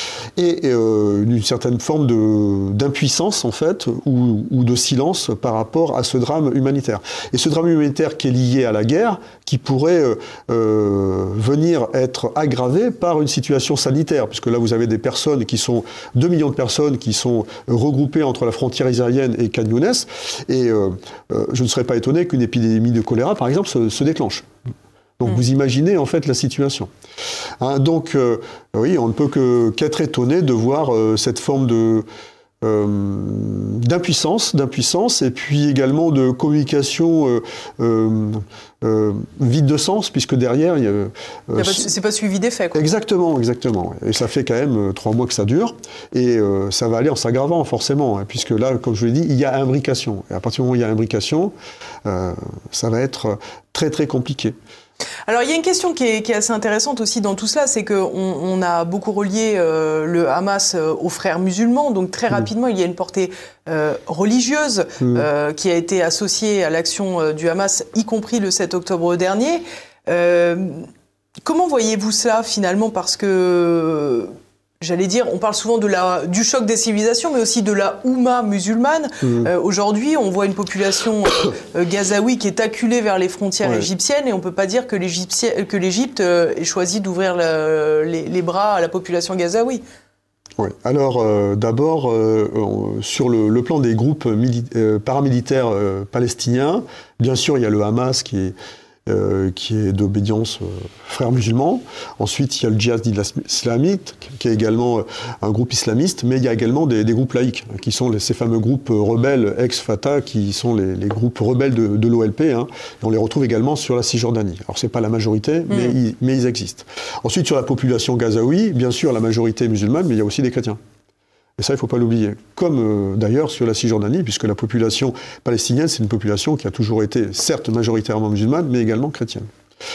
et euh, une certaine forme de, d'impuissance, en fait, ou, ou de silence par rapport à ce drame humanitaire. Et ce drame humanitaire qui est lié à la guerre, qui pourrait euh, euh, venir être aggravé par une situation sanitaire, puisque là, vous avez des personnes qui sont, deux millions de personnes qui sont regroupées entre la frontière israélienne et Khan Younes, et euh, euh, je ne serais pas étonné qu'une épidémie de choléra, par exemple, se, se déclenche. Donc mmh. vous imaginez en fait la situation. Hein, donc euh, oui, on ne peut que, qu'être étonné de voir euh, cette forme de, euh, d'impuissance, d'impuissance, et puis également de communication euh, euh, euh, vide de sens, puisque derrière, il y a, euh, il y a pas, c'est pas suivi d'effet. Quoi. Exactement, exactement. Et ça fait quand même euh, trois mois que ça dure, et euh, ça va aller en s'aggravant forcément, hein, puisque là, comme je l'ai dit, il y a imbrication. Et à partir du moment où il y a imbrication, euh, ça va être très très compliqué. Alors il y a une question qui est, qui est assez intéressante aussi dans tout cela, c'est qu'on on a beaucoup relié euh, le Hamas euh, aux frères musulmans, donc très rapidement mmh. il y a une portée euh, religieuse mmh. euh, qui a été associée à l'action euh, du Hamas, y compris le sept octobre dernier. Euh, comment voyez-vous cela finalement ? Parce que... J'allais dire, on parle souvent de la, du choc des civilisations, mais aussi de la Oumma musulmane. Mmh. Euh, aujourd'hui, on voit une population euh, gazaoui qui est acculée vers les frontières ouais. égyptiennes, et on ne peut pas dire que, que l'Égypte euh, ait choisi d'ouvrir le, les, les bras à la population gazaoui. Oui. Alors, euh, d'abord, euh, sur le, le plan des groupes mili- euh, paramilitaires euh, palestiniens, bien sûr, il y a le Hamas qui est... Euh, qui est d'obédience euh, frères musulmans. Ensuite, il y a le djihad islamique, qui est également euh, un groupe islamiste, mais il y a également des, des groupes laïcs, qui sont les, ces fameux groupes rebelles ex-Fatah, qui sont les, les groupes rebelles de, de l'O L P, hein, et on les retrouve également sur la Cisjordanie. Alors, c'est pas la majorité, mmh. mais, ils, mais ils existent. Ensuite, sur la population gazaoui, bien sûr, la majorité est musulmane, mais il y a aussi des chrétiens. Et ça, il ne faut pas l'oublier. Comme euh, d'ailleurs sur la Cisjordanie, puisque la population palestinienne, c'est une population qui a toujours été, certes, majoritairement musulmane, mais également chrétienne.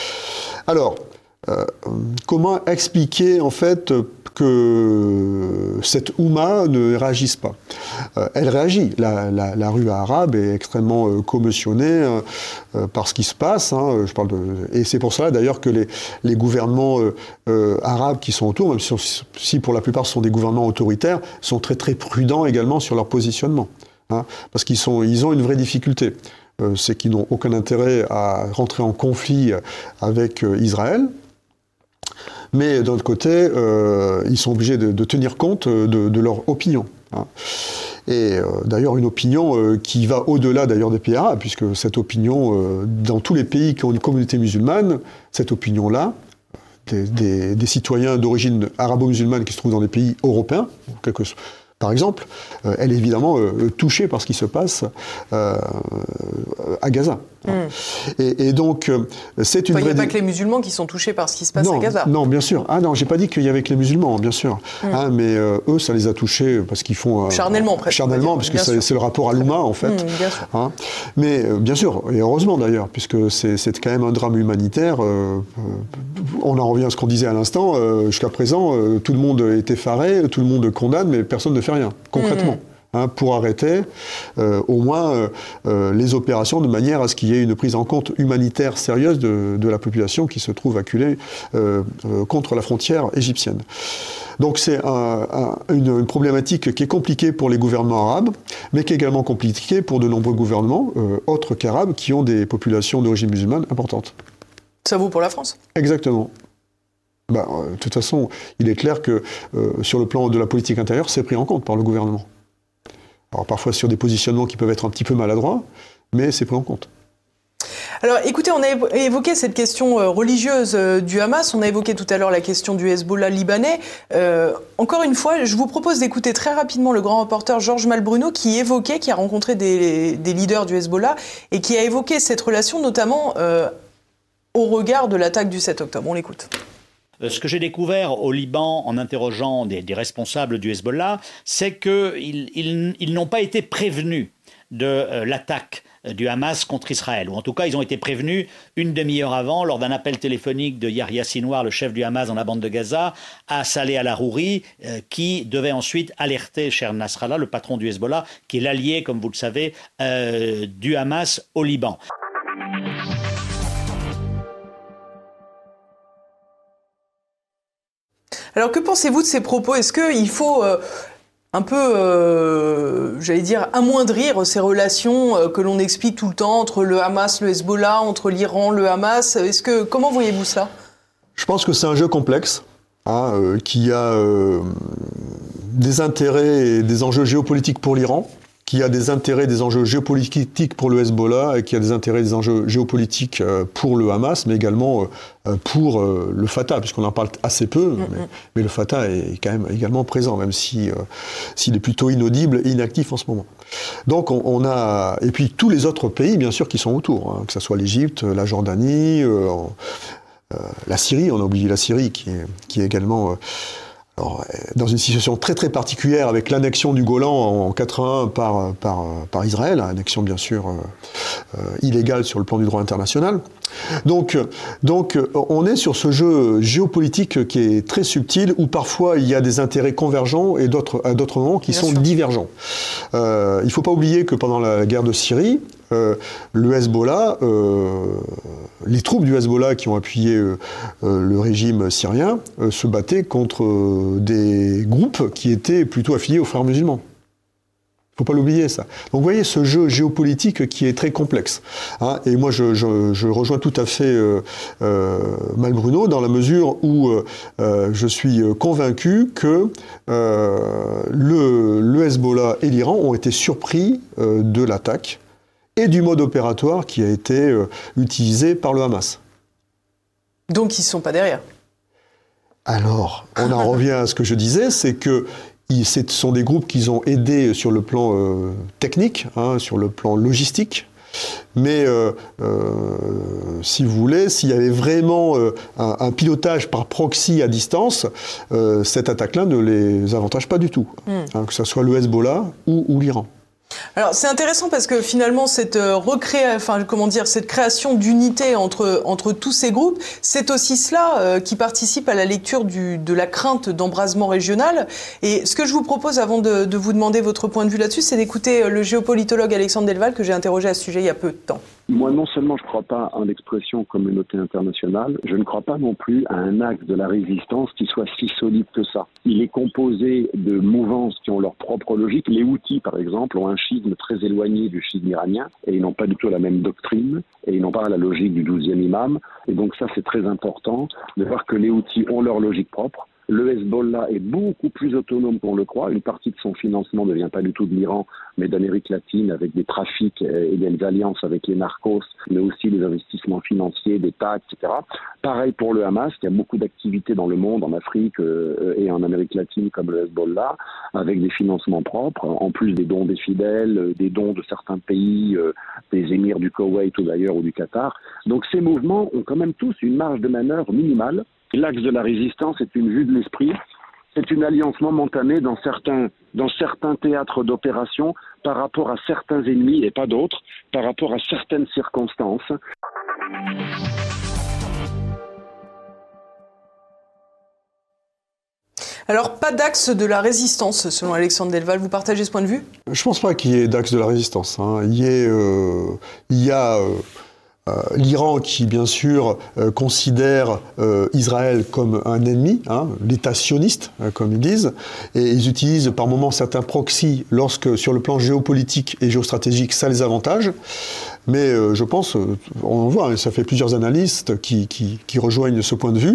Alors, euh, comment expliquer, en fait, que cette Oumma ne réagisse pas ? euh, Elle réagit. La, la, la rue arabe est extrêmement euh, commotionnée euh, par ce qui se passe. Hein, je parle de, et c'est pour cela, d'ailleurs, que les, les gouvernements euh, euh, arabes qui sont autour, même si, si pour la plupart ce sont des gouvernements autoritaires, sont très très prudents également sur leur positionnement. Hein, parce qu'ils sont, ils ont une vraie difficulté. Euh, c'est qu'ils n'ont aucun intérêt à rentrer en conflit avec euh, Israël. Mais d'un autre côté, euh, ils sont obligés de, de tenir compte de, de leur opinion. Hein. Et euh, d'ailleurs, une opinion euh, qui va au-delà d'ailleurs des pays arabes, puisque cette opinion, euh, dans tous les pays qui ont une communauté musulmane, cette opinion-là, des, des, des citoyens d'origine arabo-musulmane qui se trouvent dans des pays européens, quelque chose, par exemple, euh, elle est évidemment euh, touchée par ce qui se passe euh, à Gaza. Mmh. Et, et donc, euh, c'est une enfin, vraie... Il n'y a pas que les musulmans qui sont touchés par ce qui se passe non, à Gaza. Non, bien sûr. Ah non, j'ai pas dit qu'il y avait que les musulmans, bien sûr. Mmh. Hein, mais euh, eux, ça les a touchés parce qu'ils font... Euh, charnellement, presque. Charnellement, parce que c'est, c'est le rapport à l'Oumma, en fait. Mmh, bien sûr. Hein, mais euh, bien sûr, et heureusement d'ailleurs, puisque c'est, c'est quand même un drame humanitaire. Euh, on en revient à ce qu'on disait à l'instant. Euh, jusqu'à présent, euh, tout le monde est effaré, tout le monde condamne, mais personne ne fait rien, concrètement. Mmh. Hein, pour arrêter euh, au moins euh, euh, les opérations de manière à ce qu'il y ait une prise en compte humanitaire sérieuse de, de la population qui se trouve acculée euh, euh, contre la frontière égyptienne. Donc c'est un, un, une, une problématique qui est compliquée pour les gouvernements arabes, mais qui est également compliquée pour de nombreux gouvernements euh, autres qu'arabes qui ont des populations d'origine musulmane importantes. Ça vaut pour la France ? Exactement. Bah, de toute façon, il est clair que euh, sur le plan de la politique intérieure, c'est pris en compte par le gouvernement. Alors parfois sur des positionnements qui peuvent être un petit peu maladroits, mais c'est pris en compte. Alors écoutez, on a évoqué cette question religieuse du Hamas, on a évoqué tout à l'heure la question du Hezbollah libanais. Euh, encore une fois, je vous propose d'écouter très rapidement le grand reporter Georges Malbruno qui évoquait, qui a rencontré des, des leaders du Hezbollah et qui a évoqué cette relation notamment euh, au regard de l'attaque du sept octobre. On l'écoute. Ce que j'ai découvert au Liban en interrogeant des, des responsables du Hezbollah, c'est qu'ils ils, ils n'ont pas été prévenus de euh, l'attaque du Hamas contre Israël. Ou en tout cas, ils ont été prévenus une demi-heure avant, lors d'un appel téléphonique de Yahya Sinwar, le chef du Hamas dans la bande de Gaza, à Saleh al-Arouri, euh, qui devait ensuite alerter Cher Nasrallah, le patron du Hezbollah, qui est l'allié, comme vous le savez, euh, du Hamas au Liban. Alors que pensez-vous de ces propos ? Est-ce qu'il faut euh, un peu, euh, j'allais dire, amoindrir ces relations euh, que l'on explique tout le temps entre le Hamas, le Hezbollah, entre l'Iran, le Hamas ? Est-ce que, comment voyez-vous ça ? Je pense que c'est un jeu complexe, hein, euh, qui a euh, des intérêts et des enjeux géopolitiques pour l'Iran, qui a des intérêts, des enjeux géopolitiques pour le Hezbollah, et qui a des intérêts, des enjeux géopolitiques pour le Hamas, mais également pour le Fatah, puisqu'on en parle assez peu, mm-hmm. mais, mais le Fatah est quand même également présent, même si, euh, s'il est plutôt inaudible et inactif en ce moment. Donc on, on a... Et puis tous les autres pays, bien sûr, qui sont autour, hein, que ce soit l'Égypte, la Jordanie, euh, euh, la Syrie, on a oublié la Syrie, qui est, qui est également... Euh, Alors, dans une situation très très particulière avec l'annexion du Golan en quatre-vingt-un par, par, par Israël, annexion bien sûr euh, euh, illégale sur le plan du droit international. Donc, donc on est sur ce jeu géopolitique qui est très subtil, où parfois il y a des intérêts convergents et d'autres, à d'autres moments qui bien sont sûr. divergents. Euh, il ne faut pas oublier que pendant la guerre de Syrie, Euh, le Hezbollah, euh, les troupes du Hezbollah qui ont appuyé euh, euh, le régime syrien euh, se battaient contre euh, des groupes qui étaient plutôt affiliés aux frères musulmans. Il ne faut pas l'oublier, ça. Donc vous voyez ce jeu géopolitique qui est très complexe. Hein, et moi, je, je, je rejoins tout à fait euh, euh, Malbruno dans la mesure où euh, je suis convaincu que euh, le, le Hezbollah et l'Iran ont été surpris euh, de l'attaque et du mode opératoire qui a été euh, utilisé par le Hamas. Donc ils ne sont pas derrière. Alors, on en revient à ce que je disais, c'est que ils, ce sont des groupes qui ont aidé sur le plan euh, technique, hein, sur le plan logistique, mais euh, euh, si vous voulez, s'il y avait vraiment euh, un, un pilotage par proxy à distance, euh, cette attaque-là ne les avantage pas du tout, mm. hein, que ce soit le Hezbollah ou, ou l'Iran. Alors c'est intéressant parce que finalement cette euh, recré... enfin comment dire, cette création d'unité entre entre tous ces groupes, c'est aussi cela euh, qui participe à la lecture du, de la crainte d'embrasement régional. Et ce que je vous propose avant de, de vous demander votre point de vue là-dessus, c'est d'écouter le géopolitologue Alexandre Delval que j'ai interrogé à ce sujet il y a peu de temps. Moi, non seulement je ne crois pas à l'expression communauté internationale, je ne crois pas non plus à un axe de la résistance qui soit si solide que ça. Il est composé de mouvances qui ont leur propre logique. Les Houthis, par exemple, ont un schisme très éloigné du schisme iranien et ils n'ont pas du tout la même doctrine et ils n'ont pas la logique du douzième imam. Et donc ça, c'est très important de voir que les Houthis ont leur logique propre. Le Hezbollah est beaucoup plus autonome qu'on le croit. Une partie de son financement ne vient pas du tout de l'Iran, mais d'Amérique latine, avec des trafics et des alliances avec les narcos, mais aussi des investissements financiers, d'État, et cetera. Pareil pour le Hamas, qui a beaucoup d'activités dans le monde, en Afrique et en Amérique latine, comme le Hezbollah, avec des financements propres, en plus des dons des fidèles, des dons de certains pays, des émirs du Koweït ou d'ailleurs ou du Qatar. Donc ces mouvements ont quand même tous une marge de manœuvre minimale. L'axe de la résistance est une vue de l'esprit, c'est une alliance momentanée dans certains, dans certains théâtres d'opération par rapport à certains ennemis et pas d'autres, par rapport à certaines circonstances. Alors, pas d'axe de la résistance, selon Alexandre Delval. Vous partagez ce point de vue ? Je ne pense pas qu'il y ait d'axe de la résistance. Hein. Il y, ait, euh, il y a... Euh... Euh, l'Iran qui, bien sûr, euh, considère euh, Israël comme un ennemi, hein, l'État sioniste, hein, comme ils disent, et ils utilisent par moments certains proxys lorsque, sur le plan géopolitique et géostratégique, ça les avantage. Mais euh, je pense, on voit, hein, ça fait plusieurs analystes qui, qui, qui rejoignent ce point de vue,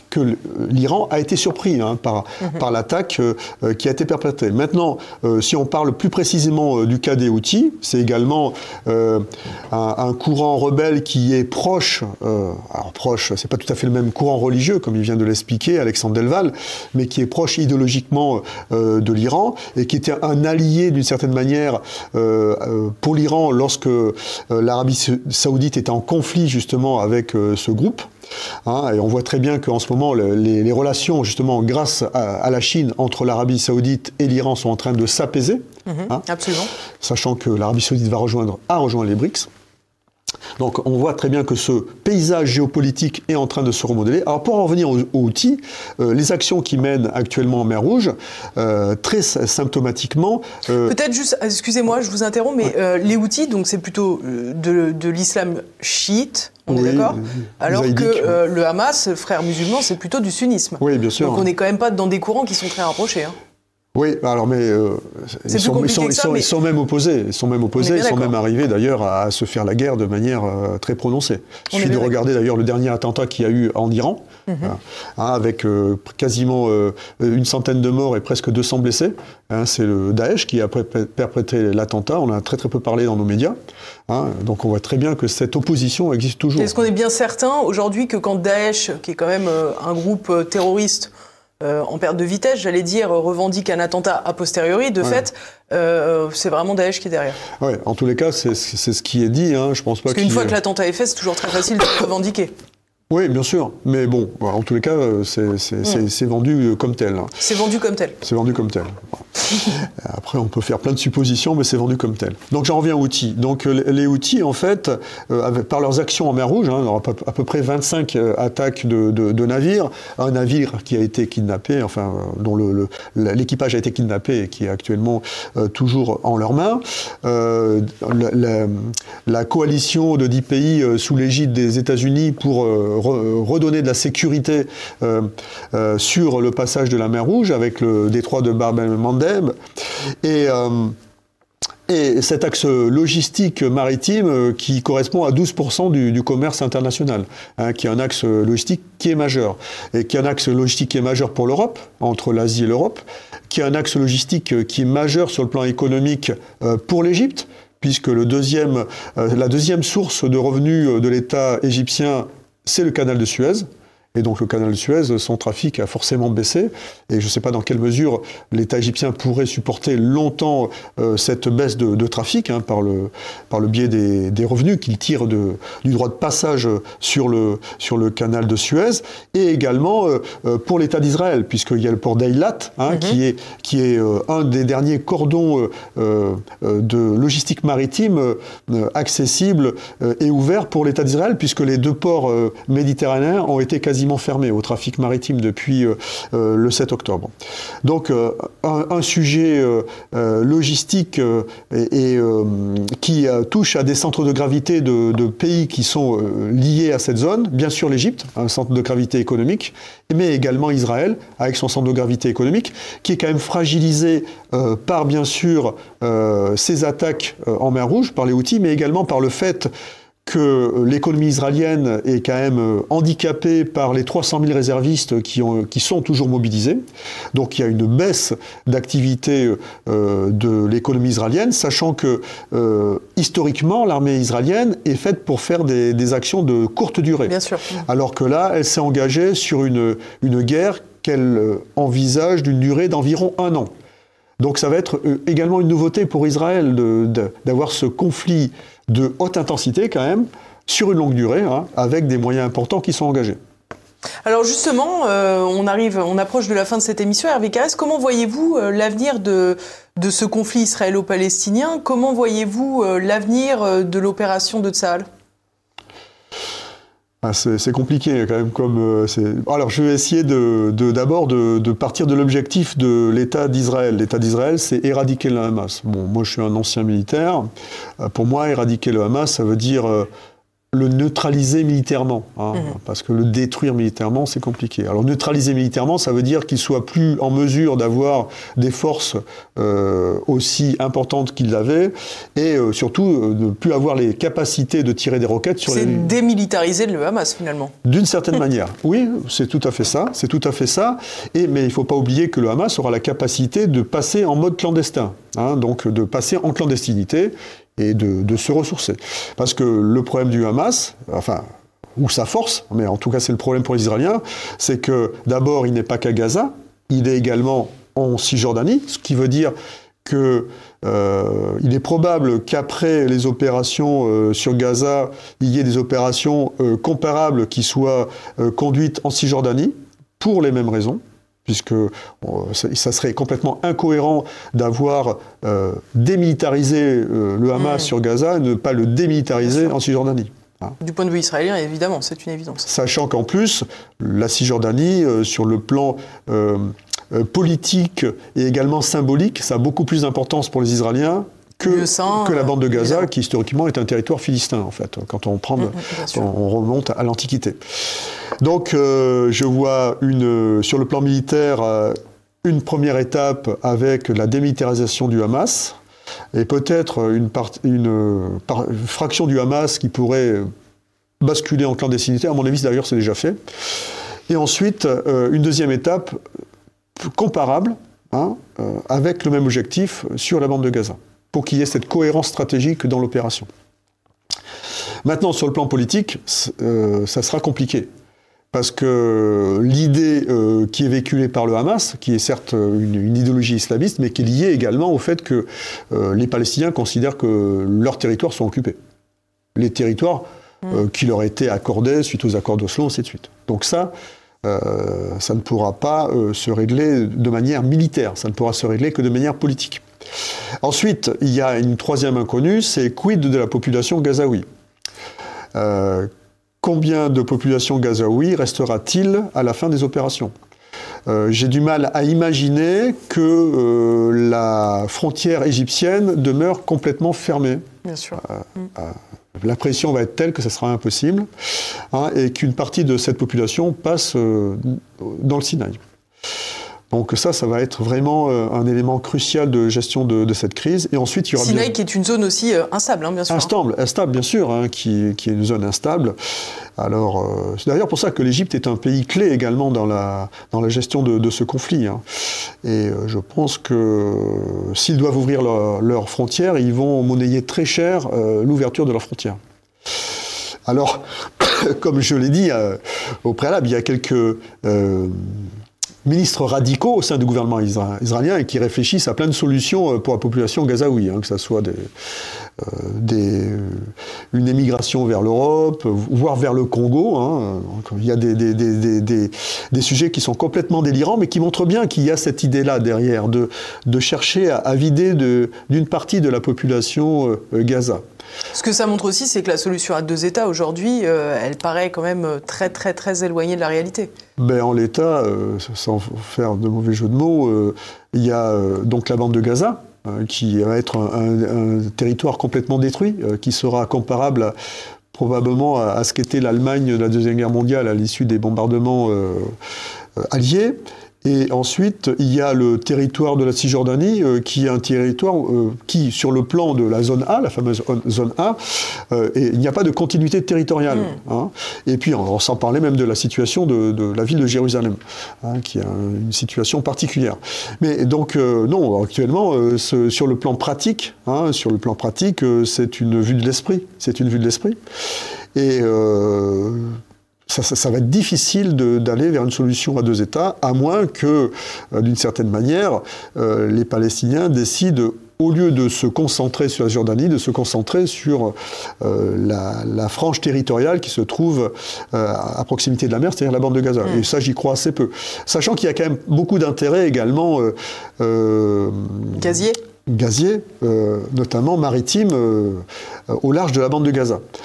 que l'Iran a été surpris hein, par, mmh. par l'attaque euh, qui a été perpétrée. Maintenant, euh, si on parle plus précisément euh, du cas des Houthis, c'est également euh, un, un courant rebelle qui est proche, euh, alors proche, c'est pas tout à fait le même courant religieux, comme il vient de l'expliquer, Alexandre Delval, mais qui est proche idéologiquement euh, de l'Iran et qui était un allié d'une certaine manière euh, euh, pour l'Iran lorsque euh, l'Arabie saoudite était en conflit justement avec euh, ce groupe. Hein, et on voit très bien qu'en ce moment, le, les, les relations, justement, grâce à, à la Chine, entre l'Arabie saoudite et l'Iran sont en train de s'apaiser. Mmh, hein, absolument. Sachant que l'Arabie saoudite va rejoindre, a rejoint les BRICS. Donc on voit très bien que ce paysage géopolitique est en train de se remodeler. Alors pour en revenir aux, aux outils, euh, les actions qui mènent actuellement en mer Rouge, euh, très symptomatiquement... Euh... Peut-être juste, excusez-moi, je vous interromps, mais ouais. euh, les outils, donc c'est plutôt de, de l'islam chiite, on oui, est d'accord euh, alors que euh, ouais. le Hamas, frère musulman, c'est plutôt du sunnisme. Oui, bien sûr. Donc on n'est quand même pas dans des courants qui sont très rapprochés. Hein. Oui, alors mais, euh, ils, sont, ils, sont, ils, sont, mais... ils sont même opposés. Ils sont même opposés. Ils sont même arrivés d'ailleurs à, à se faire la guerre de manière euh, très prononcée. Il suffit de regarder d'ailleurs le dernier attentat qu'il y a eu en Iran, mm-hmm. hein, avec euh, quasiment euh, une centaine de morts et presque deux cents blessés. Hein, c'est le Daesh qui a perpétré l'attentat. On a très très peu parlé dans nos médias. Hein, donc on voit très bien que cette opposition existe toujours. Est-ce qu'on est bien certain aujourd'hui que quand Daesh, qui est quand même euh, un groupe euh, terroriste, Euh, en perte de vitesse, j'allais dire, revendique un attentat a posteriori. De ouais. fait, euh, c'est vraiment Daesh qui est derrière. Oui, en tous les cas, c'est, c'est ce qui est dit. Hein. Je pense pas Parce qu'une fois est... que l'attentat est fait, c'est toujours très facile de le revendiquer. Oui, bien sûr. Mais bon, en tous les cas, c'est, c'est, mmh. c'est, c'est vendu comme tel. C'est vendu comme tel. C'est vendu comme tel. Après, on peut faire plein de suppositions, mais c'est vendu comme tel. Donc, j'en reviens aux outils. Donc, les outils, en fait, euh, avec, par leurs actions en mer Rouge, hein, à peu près vingt-cinq euh, attaques de, de, de navires, un navire qui a été kidnappé, enfin, euh, dont le, le, l'équipage a été kidnappé et qui est actuellement euh, toujours en leurs mains. Euh, la, la, la coalition de dix pays euh, sous l'égide des États-Unis pour euh, redonner de la sécurité euh, euh, sur le passage de la mer Rouge avec le détroit de Bab el-Mandeb et, euh, et cet axe logistique maritime euh, qui correspond à douze pour cent du, du commerce international, hein, qui est un axe logistique qui est majeur et qui est un axe logistique qui est majeur pour l'Europe, entre l'Asie et l'Europe, qui est un axe logistique qui est majeur sur le plan économique euh, pour l'Égypte, puisque le deuxième, euh, la deuxième source de revenus de l'État égyptien, c'est le canal de Suez. Et donc le canal de Suez, son trafic a forcément baissé. Et je ne sais pas dans quelle mesure l'État égyptien pourrait supporter longtemps euh, cette baisse de, de trafic hein, par, le, par le biais des, des revenus qu'il tire de, du droit de passage sur le, sur le canal de Suez. Et également euh, pour l'État d'Israël, puisqu'il y a le port d'Eilat, hein, mm-hmm. qui est, qui est euh, un des derniers cordons euh, de logistique maritime euh, accessible euh, et ouvert pour l'État d'Israël, puisque les deux ports euh, méditerranéens ont été quasiment fermé au trafic maritime depuis euh, euh, le sept octobre. Donc euh, un, un sujet euh, euh, logistique euh, et, et euh, qui euh, touche à des centres de gravité de, de pays qui sont euh, liés à cette zone, bien sûr l'Égypte, un centre de gravité économique, mais également Israël, avec son centre de gravité économique, qui est quand même fragilisé euh, par bien sûr euh, ces attaques euh, en mer Rouge, par les Houthis, mais également par le fait que l'économie israélienne est quand même handicapée par les trois cent mille réservistes qui, ont, qui sont toujours mobilisés. Donc il y a une baisse d'activité euh, de l'économie israélienne, sachant que euh, historiquement, l'armée israélienne est faite pour faire des, des actions de courte durée. Bien sûr. Alors que là, elle s'est engagée sur une, une guerre qu'elle envisage d'une durée d'environ un an. Donc ça va être également une nouveauté pour Israël de, de, d'avoir ce conflit de haute intensité quand même, sur une longue durée, hein, avec des moyens importants qui sont engagés. Alors justement, euh, on arrive, on approche de la fin de cette émission. Hervé Carrez, comment voyez-vous euh, l'avenir de, de ce conflit israélo-palestinien ? Comment voyez-vous euh, l'avenir euh, de l'opération de Tsahal ? Ah, c'est, c'est compliqué quand même. Comme, euh, c'est... Alors je vais essayer de, de, d'abord de, de partir de l'objectif de l'État d'Israël. L'État d'Israël, c'est éradiquer le Hamas. Bon, moi je suis un ancien militaire. Euh, pour moi, éradiquer le Hamas, ça veut dire euh, le neutraliser militairement, hein, Mmh. parce que le détruire militairement, c'est compliqué. Alors neutraliser militairement, ça veut dire qu'il soit plus en mesure d'avoir des forces euh, aussi importantes qu'il l'avait, et euh, surtout euh, de ne plus avoir les capacités de tirer des roquettes sur c'est les... C'est démilitariser le Hamas, finalement. D'une certaine manière, oui, c'est tout à fait ça, c'est tout à fait ça, et, mais il ne faut pas oublier que le Hamas aura la capacité de passer en mode clandestin, hein, donc de passer en clandestinité, et de, de se ressourcer. Parce que le problème du Hamas, enfin, ou sa force, mais en tout cas c'est le problème pour les Israéliens, c'est que d'abord il n'est pas qu'à Gaza, il est également en Cisjordanie, ce qui veut dire que euh, il est probable qu'après les opérations euh, sur Gaza, il y ait des opérations euh, comparables qui soient euh, conduites en Cisjordanie, pour les mêmes raisons, puisque euh, ça, ça serait complètement incohérent d'avoir euh, démilitarisé euh, le Hamas mmh. sur Gaza et ne pas le démilitariser en Cisjordanie. Hein. Du point de vue israélien, évidemment, c'est une évidence. Sachant qu'en plus, la Cisjordanie, euh, sur le plan euh, euh, politique et également symbolique, ça a beaucoup plus d'importance pour les Israéliens que, sang, que la bande de Gaza, évidemment. Qui historiquement est un territoire philistin, en fait, quand on, prend, mmh, quand on remonte à l'Antiquité. Donc, euh, je vois une, sur le plan militaire euh, une première étape avec la démilitarisation du Hamas, et peut-être une, part, une, par, une fraction du Hamas qui pourrait basculer en clandestinité. À mon avis, d'ailleurs, c'est déjà fait. Et ensuite, euh, une deuxième étape comparable, hein, euh, avec le même objectif sur la bande de Gaza, pour qu'il y ait cette cohérence stratégique dans l'opération. Maintenant, sur le plan politique, euh, ça sera compliqué. Parce que l'idée euh, qui est véhiculée par le Hamas, qui est certes une, une idéologie islamiste, mais qui est liée également au fait que euh, les Palestiniens considèrent que leurs territoires sont occupés. Les territoires euh, qui leur étaient accordés suite aux accords d'Oslo, ainsi de suite. Donc ça, euh, ça ne pourra pas euh, se régler de manière militaire, ça ne pourra se régler que de manière politique. Ensuite, il y a une troisième inconnue, c'est quid de la population gazaoui. Euh, Combien de population gazaoui restera-t-il à la fin des opérations ? euh, J'ai du mal à imaginer que euh, la frontière égyptienne demeure complètement fermée. Bien sûr. Euh, mm. euh, la pression va être telle que ça sera impossible, hein, et qu'une partie de cette population passe euh, dans le Sinaï. Donc ça, ça va être vraiment euh, un élément crucial de gestion de, de cette crise. Et ensuite, il y aura Sinaï bien... qui est une zone aussi euh, instable, hein, bien sûr. Instable, instable bien sûr, hein, qui, qui est une zone instable. Alors, euh, c'est d'ailleurs pour ça que l'Égypte est un pays clé également dans la, dans la gestion de, de ce conflit. Hein. Et euh, je pense que euh, s'ils doivent ouvrir leurs leur frontières, ils vont monnayer très cher euh, l'ouverture de leurs frontières. Alors, comme je l'ai dit euh, au préalable, il y a quelques... Euh, ministres radicaux au sein du gouvernement isra- israélien et qui réfléchissent à plein de solutions pour la population gazaoui, hein, que ce soit des, euh, des, une émigration vers l'Europe, voire vers le Congo. Hein. Il y a des, des, des, des, des sujets qui sont complètement délirants, mais qui montrent bien qu'il y a cette idée-là derrière, de, de chercher à, à vider de, d'une partie de la population euh, Gaza. Ce que ça montre aussi, c'est que la solution à deux États, aujourd'hui, euh, elle paraît quand même très, très, très éloignée de la réalité. Ben, en l'état, euh, sans faire de mauvais jeu de mots, euh, il y a euh, donc la bande de Gaza, euh, qui va être un, un, un territoire complètement détruit, euh, qui sera comparable à, probablement à, à ce qu'était l'Allemagne de la Deuxième Guerre mondiale à l'issue des bombardements euh, euh, alliés. Et ensuite, il y a le territoire de la Cisjordanie, euh, qui est un territoire euh, qui, sur le plan de la zone A, la fameuse zone A, euh, et il n'y a pas de continuité territoriale. Mmh. Hein. Et puis, on, on s'en parlait même de la situation de, de la ville de Jérusalem, hein, qui a une situation particulière. Mais donc, euh, non, actuellement, euh, ce, sur le plan pratique, hein, sur le plan pratique, euh, c'est une vue de l'esprit. C'est une vue de l'esprit. Et... Euh, Ça, ça, ça va être difficile de, d'aller vers une solution à deux États, à moins que, euh, d'une certaine manière, euh, les Palestiniens décident, au lieu de se concentrer sur la Jordanie, de se concentrer sur euh, la, la frange territoriale qui se trouve euh, à proximité de la mer, c'est-à-dire la bande de Gaza. Mmh. Et ça, j'y crois assez peu. Sachant qu'il y a quand même beaucoup d'intérêts également... Euh, euh, gazier gazier, euh, notamment maritime, euh, au large de la bande de Gaza.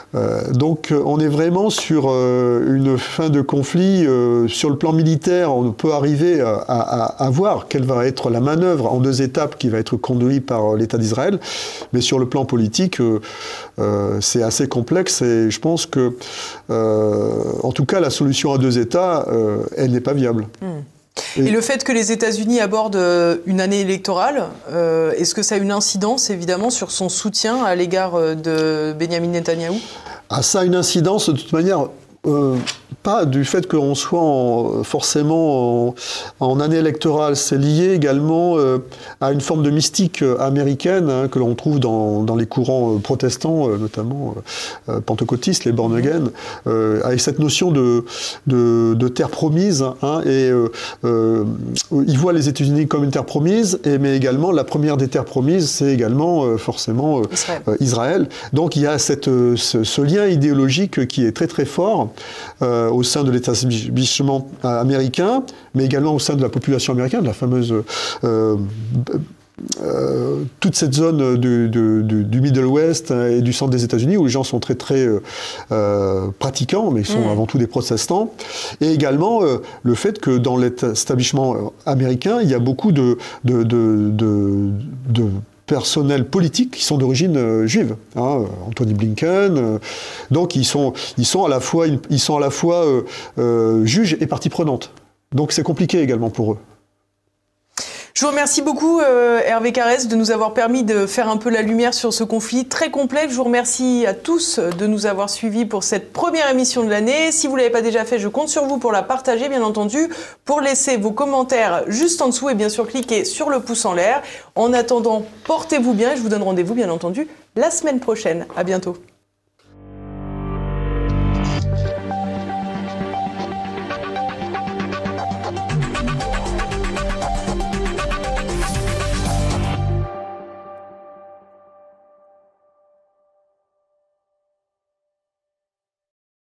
Euh, donc on est vraiment sur euh, une fin de conflit. Euh, sur le plan militaire, on peut arriver à, à, à voir quelle va être la manœuvre en deux étapes qui va être conduite par l'État d'Israël. Mais sur le plan politique, euh, euh, c'est assez complexe et je pense que, euh, en tout cas, la solution à deux États, euh, elle n'est pas viable. Mmh. Et, et le fait que les États-Unis abordent une année électorale, euh, est-ce que ça a une incidence, évidemment, sur son soutien à l'égard de Benyamin Netanyahou ? Ah, ça a une incidence, de toute manière, euh, pas du fait qu'on soit en, forcément en, en année électorale. C'est lié également euh, à une forme de mystique américaine hein, que l'on trouve dans, dans les courants protestants, euh, notamment euh, pentecôtistes, les born again, euh, avec cette notion de, de, de terre promise. Hein, et euh, euh, ils voient les États-Unis comme une terre promise, et, mais également la première des terres promises, c'est également euh, forcément euh, Israël. Euh, Israël. Donc il y a cette, ce, ce lien idéologique qui est très très fort. Euh, au sein de l'établissement américain, mais également au sein de la population américaine, de la fameuse... Euh, euh, toute cette zone du, du, du Middle West et du centre des États-Unis où les gens sont très très euh, pratiquants, mais ils sont mmh. avant tout des protestants. Et également euh, le fait que dans l'établissement américain, il y a beaucoup de... de, de, de, de personnels politiques qui sont d'origine euh, juive, hein, Anthony Blinken, euh, donc ils sont, ils sont à la fois, ils sont à la fois euh, euh, juges et partie prenante. Donc c'est compliqué également pour eux. Je vous remercie beaucoup euh, Hervé Carrez de nous avoir permis de faire un peu la lumière sur ce conflit très complexe. Je vous remercie à tous de nous avoir suivis pour cette première émission de l'année. Si vous ne l'avez pas déjà fait, je compte sur vous pour la partager, bien entendu, pour laisser vos commentaires juste en dessous et bien sûr cliquer sur le pouce en l'air. En attendant, portez-vous bien et je vous donne rendez-vous, bien entendu, la semaine prochaine. À bientôt.